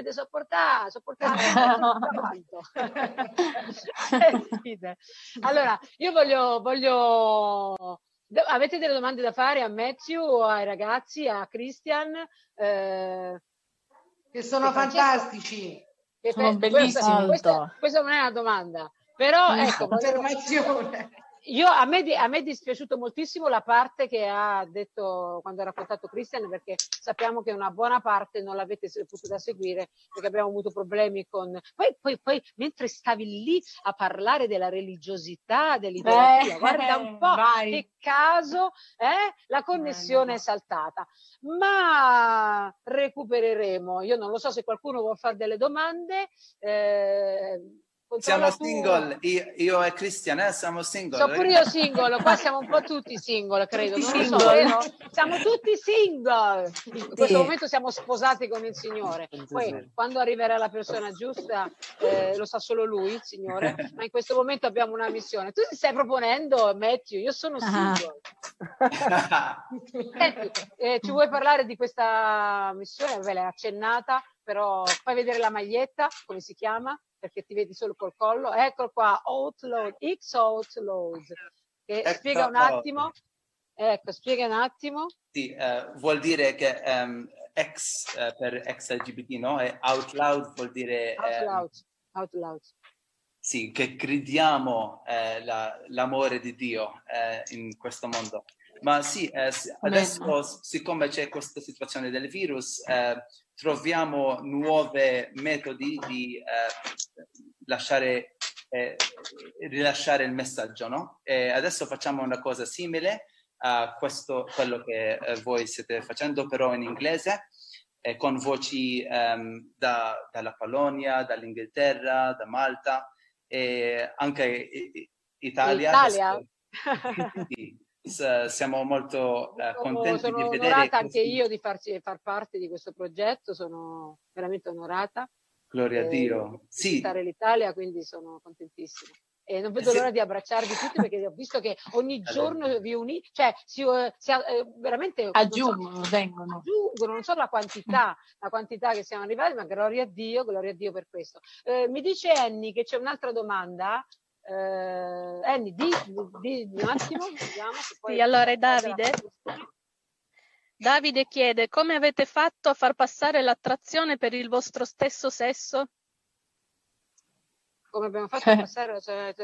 quanto. Allora, io voglio... Avete delle domande da fare a Matthew, ai ragazzi, a Christian? Che sono fantastici. Sono bellissimi. Questa non è una domanda, però ecco, a me è dispiaciuto moltissimo la parte che ha detto quando ha raccontato Christian, perché sappiamo che una buona parte non l'avete potuta seguire perché abbiamo avuto problemi con... Poi mentre stavi lì a parlare della religiosità, dell'idolatria, guarda un po' che caso, la connessione è saltata. Ma recupereremo. Io non lo so se qualcuno vuol fare delle domande. Siamo single, io e Christian siamo single. Sono pure io single, qua siamo un po' tutti single, credo, non lo so, vero? Siamo tutti single, in questo momento siamo sposati con il Signore, poi quando arriverà la persona giusta lo sa solo Lui, il Signore, ma in questo momento abbiamo una missione. Tu ti stai proponendo, Matthew, io sono single. Senti, ci vuoi parlare di questa missione? Ve l'hai accennata, però fai vedere la maglietta, come si chiama? Perché ti vedi solo col collo, ecco qua, X-Outload, che spiega un attimo, Sì, vuol dire che X per XLGBT, no? E out loud vuol dire... out loud. Sì, che crediamo l'amore di Dio in questo mondo. Ma sì, adesso, siccome c'è questa situazione del virus, troviamo nuovi metodi di rilasciare il messaggio, no? E adesso facciamo una cosa simile a quello che voi state facendo, però in inglese, con voci dalla Polonia, dall'Inghilterra, da Malta e anche Italia. Sì. Siamo molto contenti di vedere. Sono onorata anche io di far parte di questo progetto, sono veramente onorata. Gloria a Dio. Sì. Stare l'Italia, quindi sono contentissima. E non vedo l'ora di abbracciarvi tutti perché ho visto che ogni giorno vi unite, cioè veramente vengono. Aggiungono, non so la quantità che siamo arrivati, ma gloria a Dio per questo. Mi dice Annie che c'è un'altra domanda. Annie, di un attimo, vediamo. Sì, allora Davide chiede: come avete fatto a far passare l'attrazione per il vostro stesso sesso? Come abbiamo fatto a passare?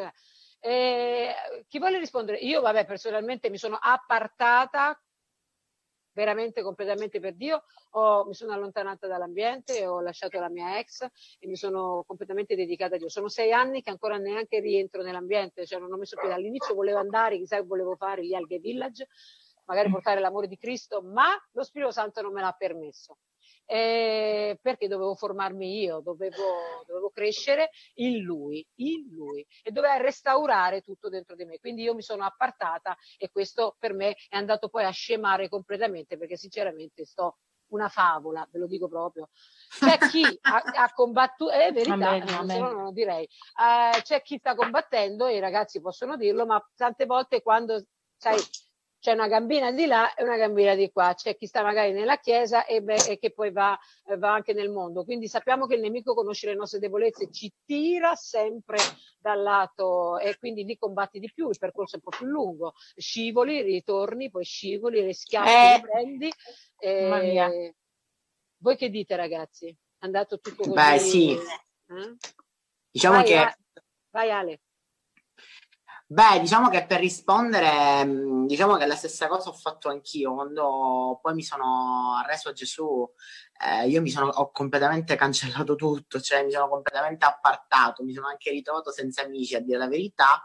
Chi vuole rispondere? Io, personalmente mi sono appartata veramente completamente per Dio, mi sono allontanata dall'ambiente, ho lasciato la mia ex e mi sono completamente dedicata a Dio. Sono 6 anni che ancora neanche rientro nell'ambiente, cioè non ho messo piede. All'inizio volevo andare, chissà che volevo fare gli Alghe Village, magari portare l'amore di Cristo, ma lo Spirito Santo non me l'ha permesso. Perché dovevo formarmi io, dovevo crescere in lui e doveva restaurare tutto dentro di me, quindi io mi sono appartata e questo per me è andato poi a scemare completamente, perché sinceramente sto una favola, ve lo dico proprio. C'è chi ha combattuto, è verità, non lo direi, c'è chi sta combattendo e i ragazzi possono dirlo, ma tante volte quando sai c'è una gambina di là e una gambina di qua, c'è chi sta magari nella chiesa e che poi va anche nel mondo, quindi sappiamo che il nemico conosce le nostre debolezze, ci tira sempre dal lato e quindi lì combatti di più, il percorso è un po' più lungo, scivoli, ritorni, poi scivoli, rischiavi, riprendi. Voi che dite, ragazzi? andato tutto così? Beh, sì. Diciamo Vai, che... vai Ale. Beh, diciamo che per rispondere, diciamo che la stessa cosa ho fatto anch'io. Quando poi mi sono arreso a Gesù, ho completamente cancellato tutto, cioè mi sono completamente appartato, mi sono anche ritrovato senza amici, a dire la verità.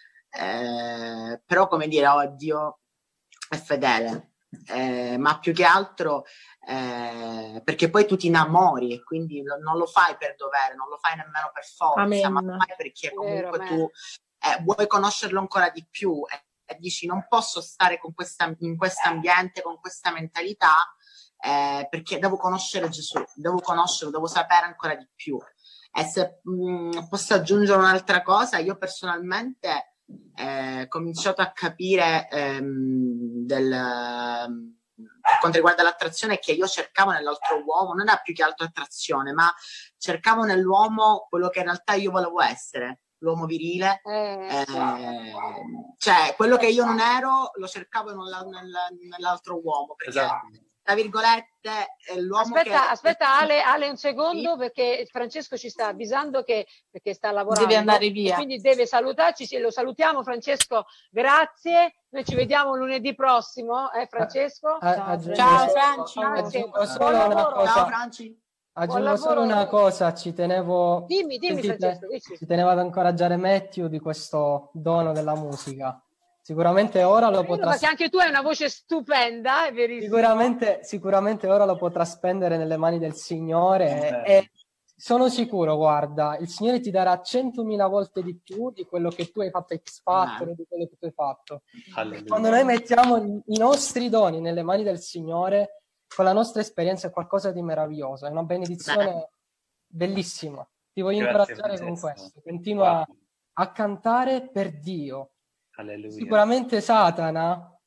Però, come dire, Dio è fedele, ma più che altro perché poi tu ti innamori e quindi non lo fai per dovere, non lo fai nemmeno per forza, ma lo fai perché comunque tu vuoi conoscerlo ancora di più e dici non posso stare in questo ambiente, con questa mentalità, perché devo conoscere Gesù, devo sapere ancora di più. E se posso aggiungere un'altra cosa, io personalmente ho cominciato a capire per quanto riguarda l'attrazione, che io cercavo nell'altro uomo, non era più che altro attrazione, ma cercavo nell'uomo quello che in realtà io volevo essere, l'uomo virile, cioè quello che io non ero lo cercavo nell'altro uomo, perché tra virgolette è l'uomo aspetta Ale un secondo, perché Francesco ci sta avvisando perché sta lavorando, deve andare via, quindi deve salutarci. Lo salutiamo Francesco, grazie, noi ci vediamo lunedì prossimo, Francesco. Ciao Franci. Aggiungo solo una cosa, ci tenevo dimmi Francesco, ci tenevo ad incoraggiare Matthew di questo dono della musica. Sicuramente ora lo potrà... Perché anche tu hai una voce stupenda, è verissimo. Sicuramente ora lo potrà spendere nelle mani del Signore e sono sicuro, guarda, il Signore ti darà 100.000 volte di più di quello che tu hai fatto a X Factor, di quello che tu hai fatto. Quando noi mettiamo i nostri doni nelle mani del Signore, con la nostra esperienza è qualcosa di meraviglioso, è una benedizione bellissima. Ti voglio incoraggiare con questo. Continua a cantare per Dio. Alleluia. Sicuramente Satana,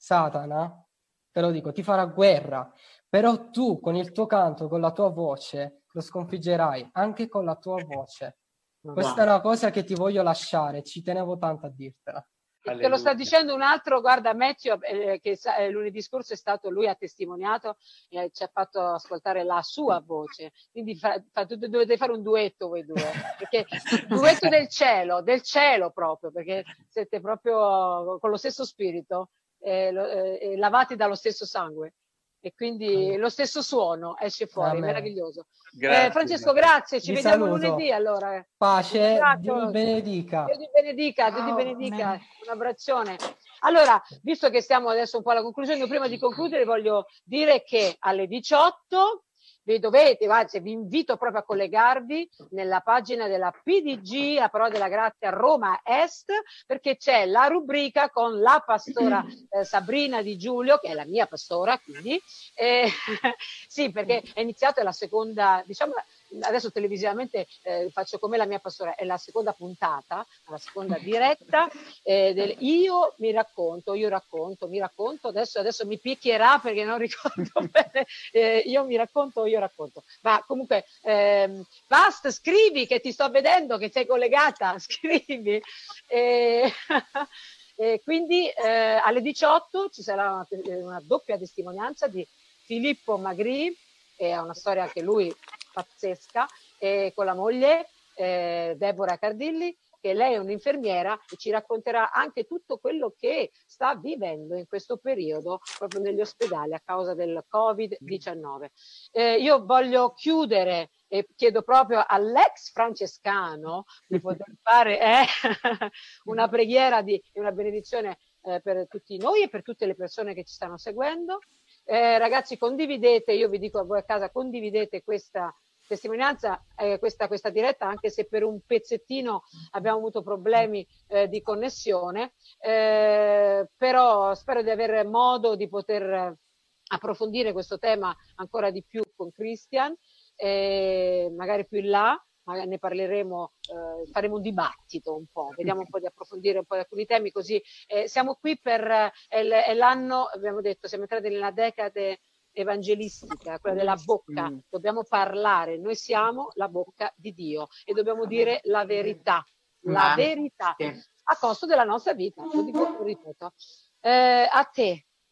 te lo dico, ti farà guerra, però tu con il tuo canto, con la tua voce, lo sconfiggerai anche con la tua voce. Questa è una cosa che ti voglio lasciare, ci tenevo tanto a dirtela. Te lo sta dicendo un altro, guarda, Matthew, che lunedì scorso è stato, lui ha testimoniato, ci ha fatto ascoltare la sua voce, quindi dovete fare un duetto voi due, perché duetto del cielo proprio, perché siete proprio con lo stesso spirito, lavati dallo stesso sangue. E quindi lo stesso suono esce fuori, meraviglioso. Grazie, Francesco, grazie, ci vediamo saluto. lunedì allora. Pace, Dio vi benedica. Dio ti benedica, un abbraccione. Allora, visto che stiamo adesso un po' alla conclusione, io prima di concludere voglio dire che alle 18 vi invito proprio a collegarvi nella pagina della PDG, la Parola della Grazia Roma Est, perché c'è la rubrica con la pastora Sabrina Di Giulio, che è la mia pastora, quindi sì, perché è iniziata la seconda, diciamo, adesso televisivamente faccio come la mia pastora, è la seconda puntata, la seconda diretta io racconto, adesso mi picchierà perché non ricordo bene, io racconto, ma comunque basta, scrivi che ti sto vedendo che sei collegata, scrivi. Quindi alle 18 ci sarà una doppia testimonianza di Filippo Magri, è una storia anche lui pazzesca, con la moglie Deborah Cardilli, che lei è un'infermiera e ci racconterà anche tutto quello che sta vivendo in questo periodo proprio negli ospedali a causa del Covid-19. Io voglio chiudere e chiedo proprio all'ex francescano di poter fare una preghiera e una benedizione per tutti noi e per tutte le persone che ci stanno seguendo. Ragazzi, condividete, io vi dico a voi a casa, condividete questa testimonianza, questa diretta, anche se per un pezzettino abbiamo avuto problemi di connessione, però spero di avere modo di poter approfondire questo tema ancora di più con Christian, magari più in là. Ne parleremo, faremo un dibattito un po', vediamo un po' di approfondire un po' di alcuni temi, così siamo qui per è l'anno, abbiamo detto, siamo entrati nella decade evangelistica, quella della bocca, dobbiamo parlare, noi siamo la bocca di Dio e dobbiamo dire la verità a costo della nostra vita, lo dico, lo ripeto. A te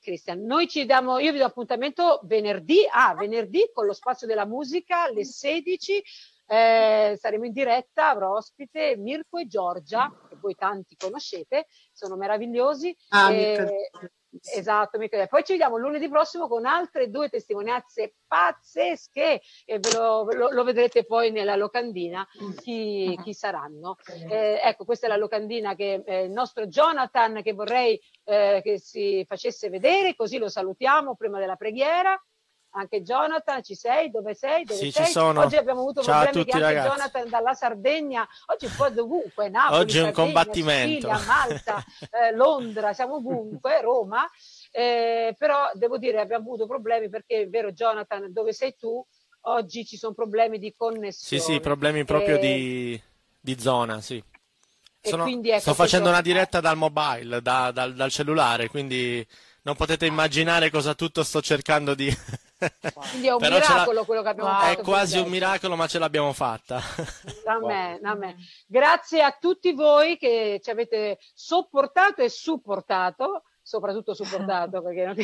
Cristian. Io vi do appuntamento venerdì con lo Spazio della Musica alle 16. Saremo in diretta, avrò ospite Mirko e Giorgia, che voi tanti conoscete, sono meravigliosi. Esatto, poi ci vediamo lunedì prossimo con altre 2 testimonianze pazzesche e lo vedrete poi nella locandina chi saranno. Ecco, questa è la locandina che il nostro Jonathan, che vorrei che si facesse vedere, così lo salutiamo prima della preghiera. Anche Jonathan, ci sei? Dove sei? Sì, ci sono. Oggi abbiamo avuto Ciao problemi a tutti, che anche ragazzi. Jonathan dalla Sardegna, oggi un po' dovunque, Napoli, Oggi è un Sardegna, combattimento. Sicilia, Malta, Londra, siamo ovunque, Roma, però devo dire abbiamo avuto problemi perché è vero Jonathan, dove sei tu? Oggi ci sono problemi di connessione. Sì, problemi proprio di zona, sì. Quindi, ecco, sto facendo una diretta dal mobile, dal cellulare, quindi non potete immaginare cosa tutto sto cercando di... Quindi è un miracolo quello che abbiamo fatto. È quasi un miracolo, ma ce l'abbiamo fatta. Amen. Grazie a tutti voi che ci avete sopportato e supportato, soprattutto supportato perché non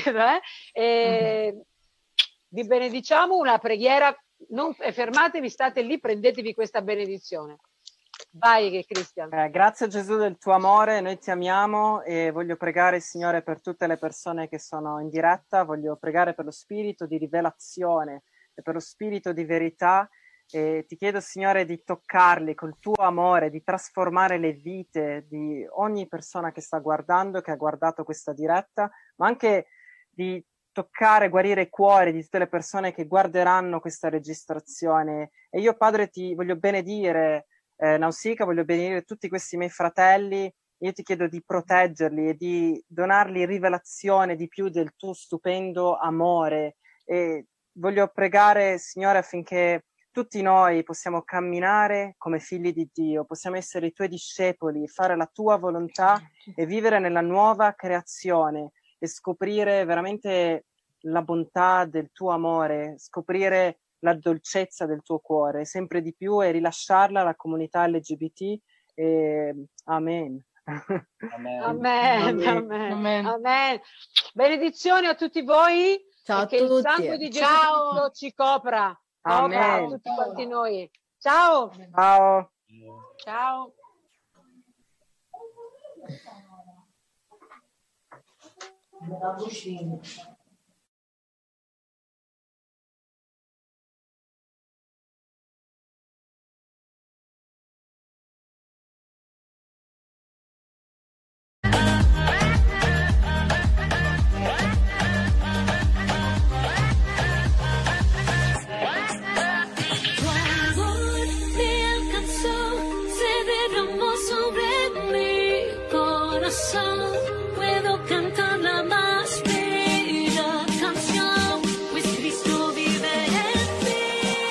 vi benediciamo, una preghiera, non fermatevi, state lì, prendetevi questa benedizione. Vai Cristian. Grazie a Gesù del tuo amore, noi ti amiamo e voglio pregare il Signore per tutte le persone che sono in diretta, voglio pregare per lo spirito di rivelazione e per lo spirito di verità e ti chiedo Signore di toccarli col tuo amore, di trasformare le vite di ogni persona che sta guardando, che ha guardato questa diretta, ma anche di toccare, guarire i cuori di tutte le persone che guarderanno questa registrazione. E io Padre ti voglio benedire Nausicaa, voglio benedire tutti questi miei fratelli, io ti chiedo di proteggerli e di donargli rivelazione di più del tuo stupendo amore e voglio pregare Signore affinché tutti noi possiamo camminare come figli di Dio, possiamo essere i tuoi discepoli, fare la tua volontà e vivere nella nuova creazione e scoprire veramente la bontà del tuo amore, scoprire la dolcezza del tuo cuore sempre di più e rilasciarla alla comunità LGBT. Amen. Amen. Benedizioni a tutti voi. Ciao a che tutti. Il sangue di Gesù Cristo ci copra a tutti quanti noi. Ciao. Ciao. Tu amor me alcanzó, se derramó sobre mi corazón. Puedo cantar la más bella canción, pues Cristo vive en mí.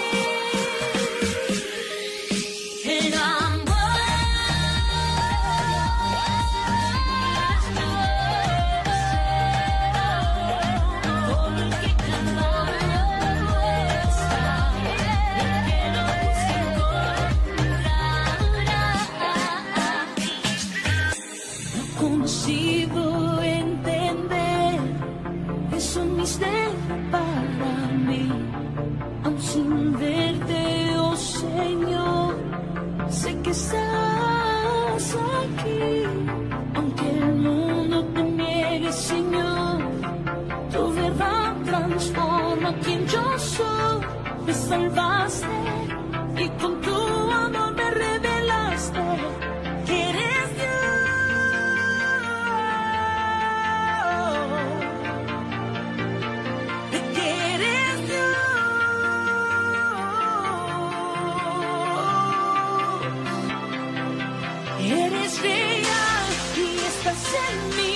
El consigo entender, es un misterio para mí, aun sin verte, oh Señor, sé que estás aquí, aunque el mundo te niegue, Señor, tu verdad transforma quien yo soy, me salvaste y con tu amor me revelaste que eres Dios. Eres real y estás en mí.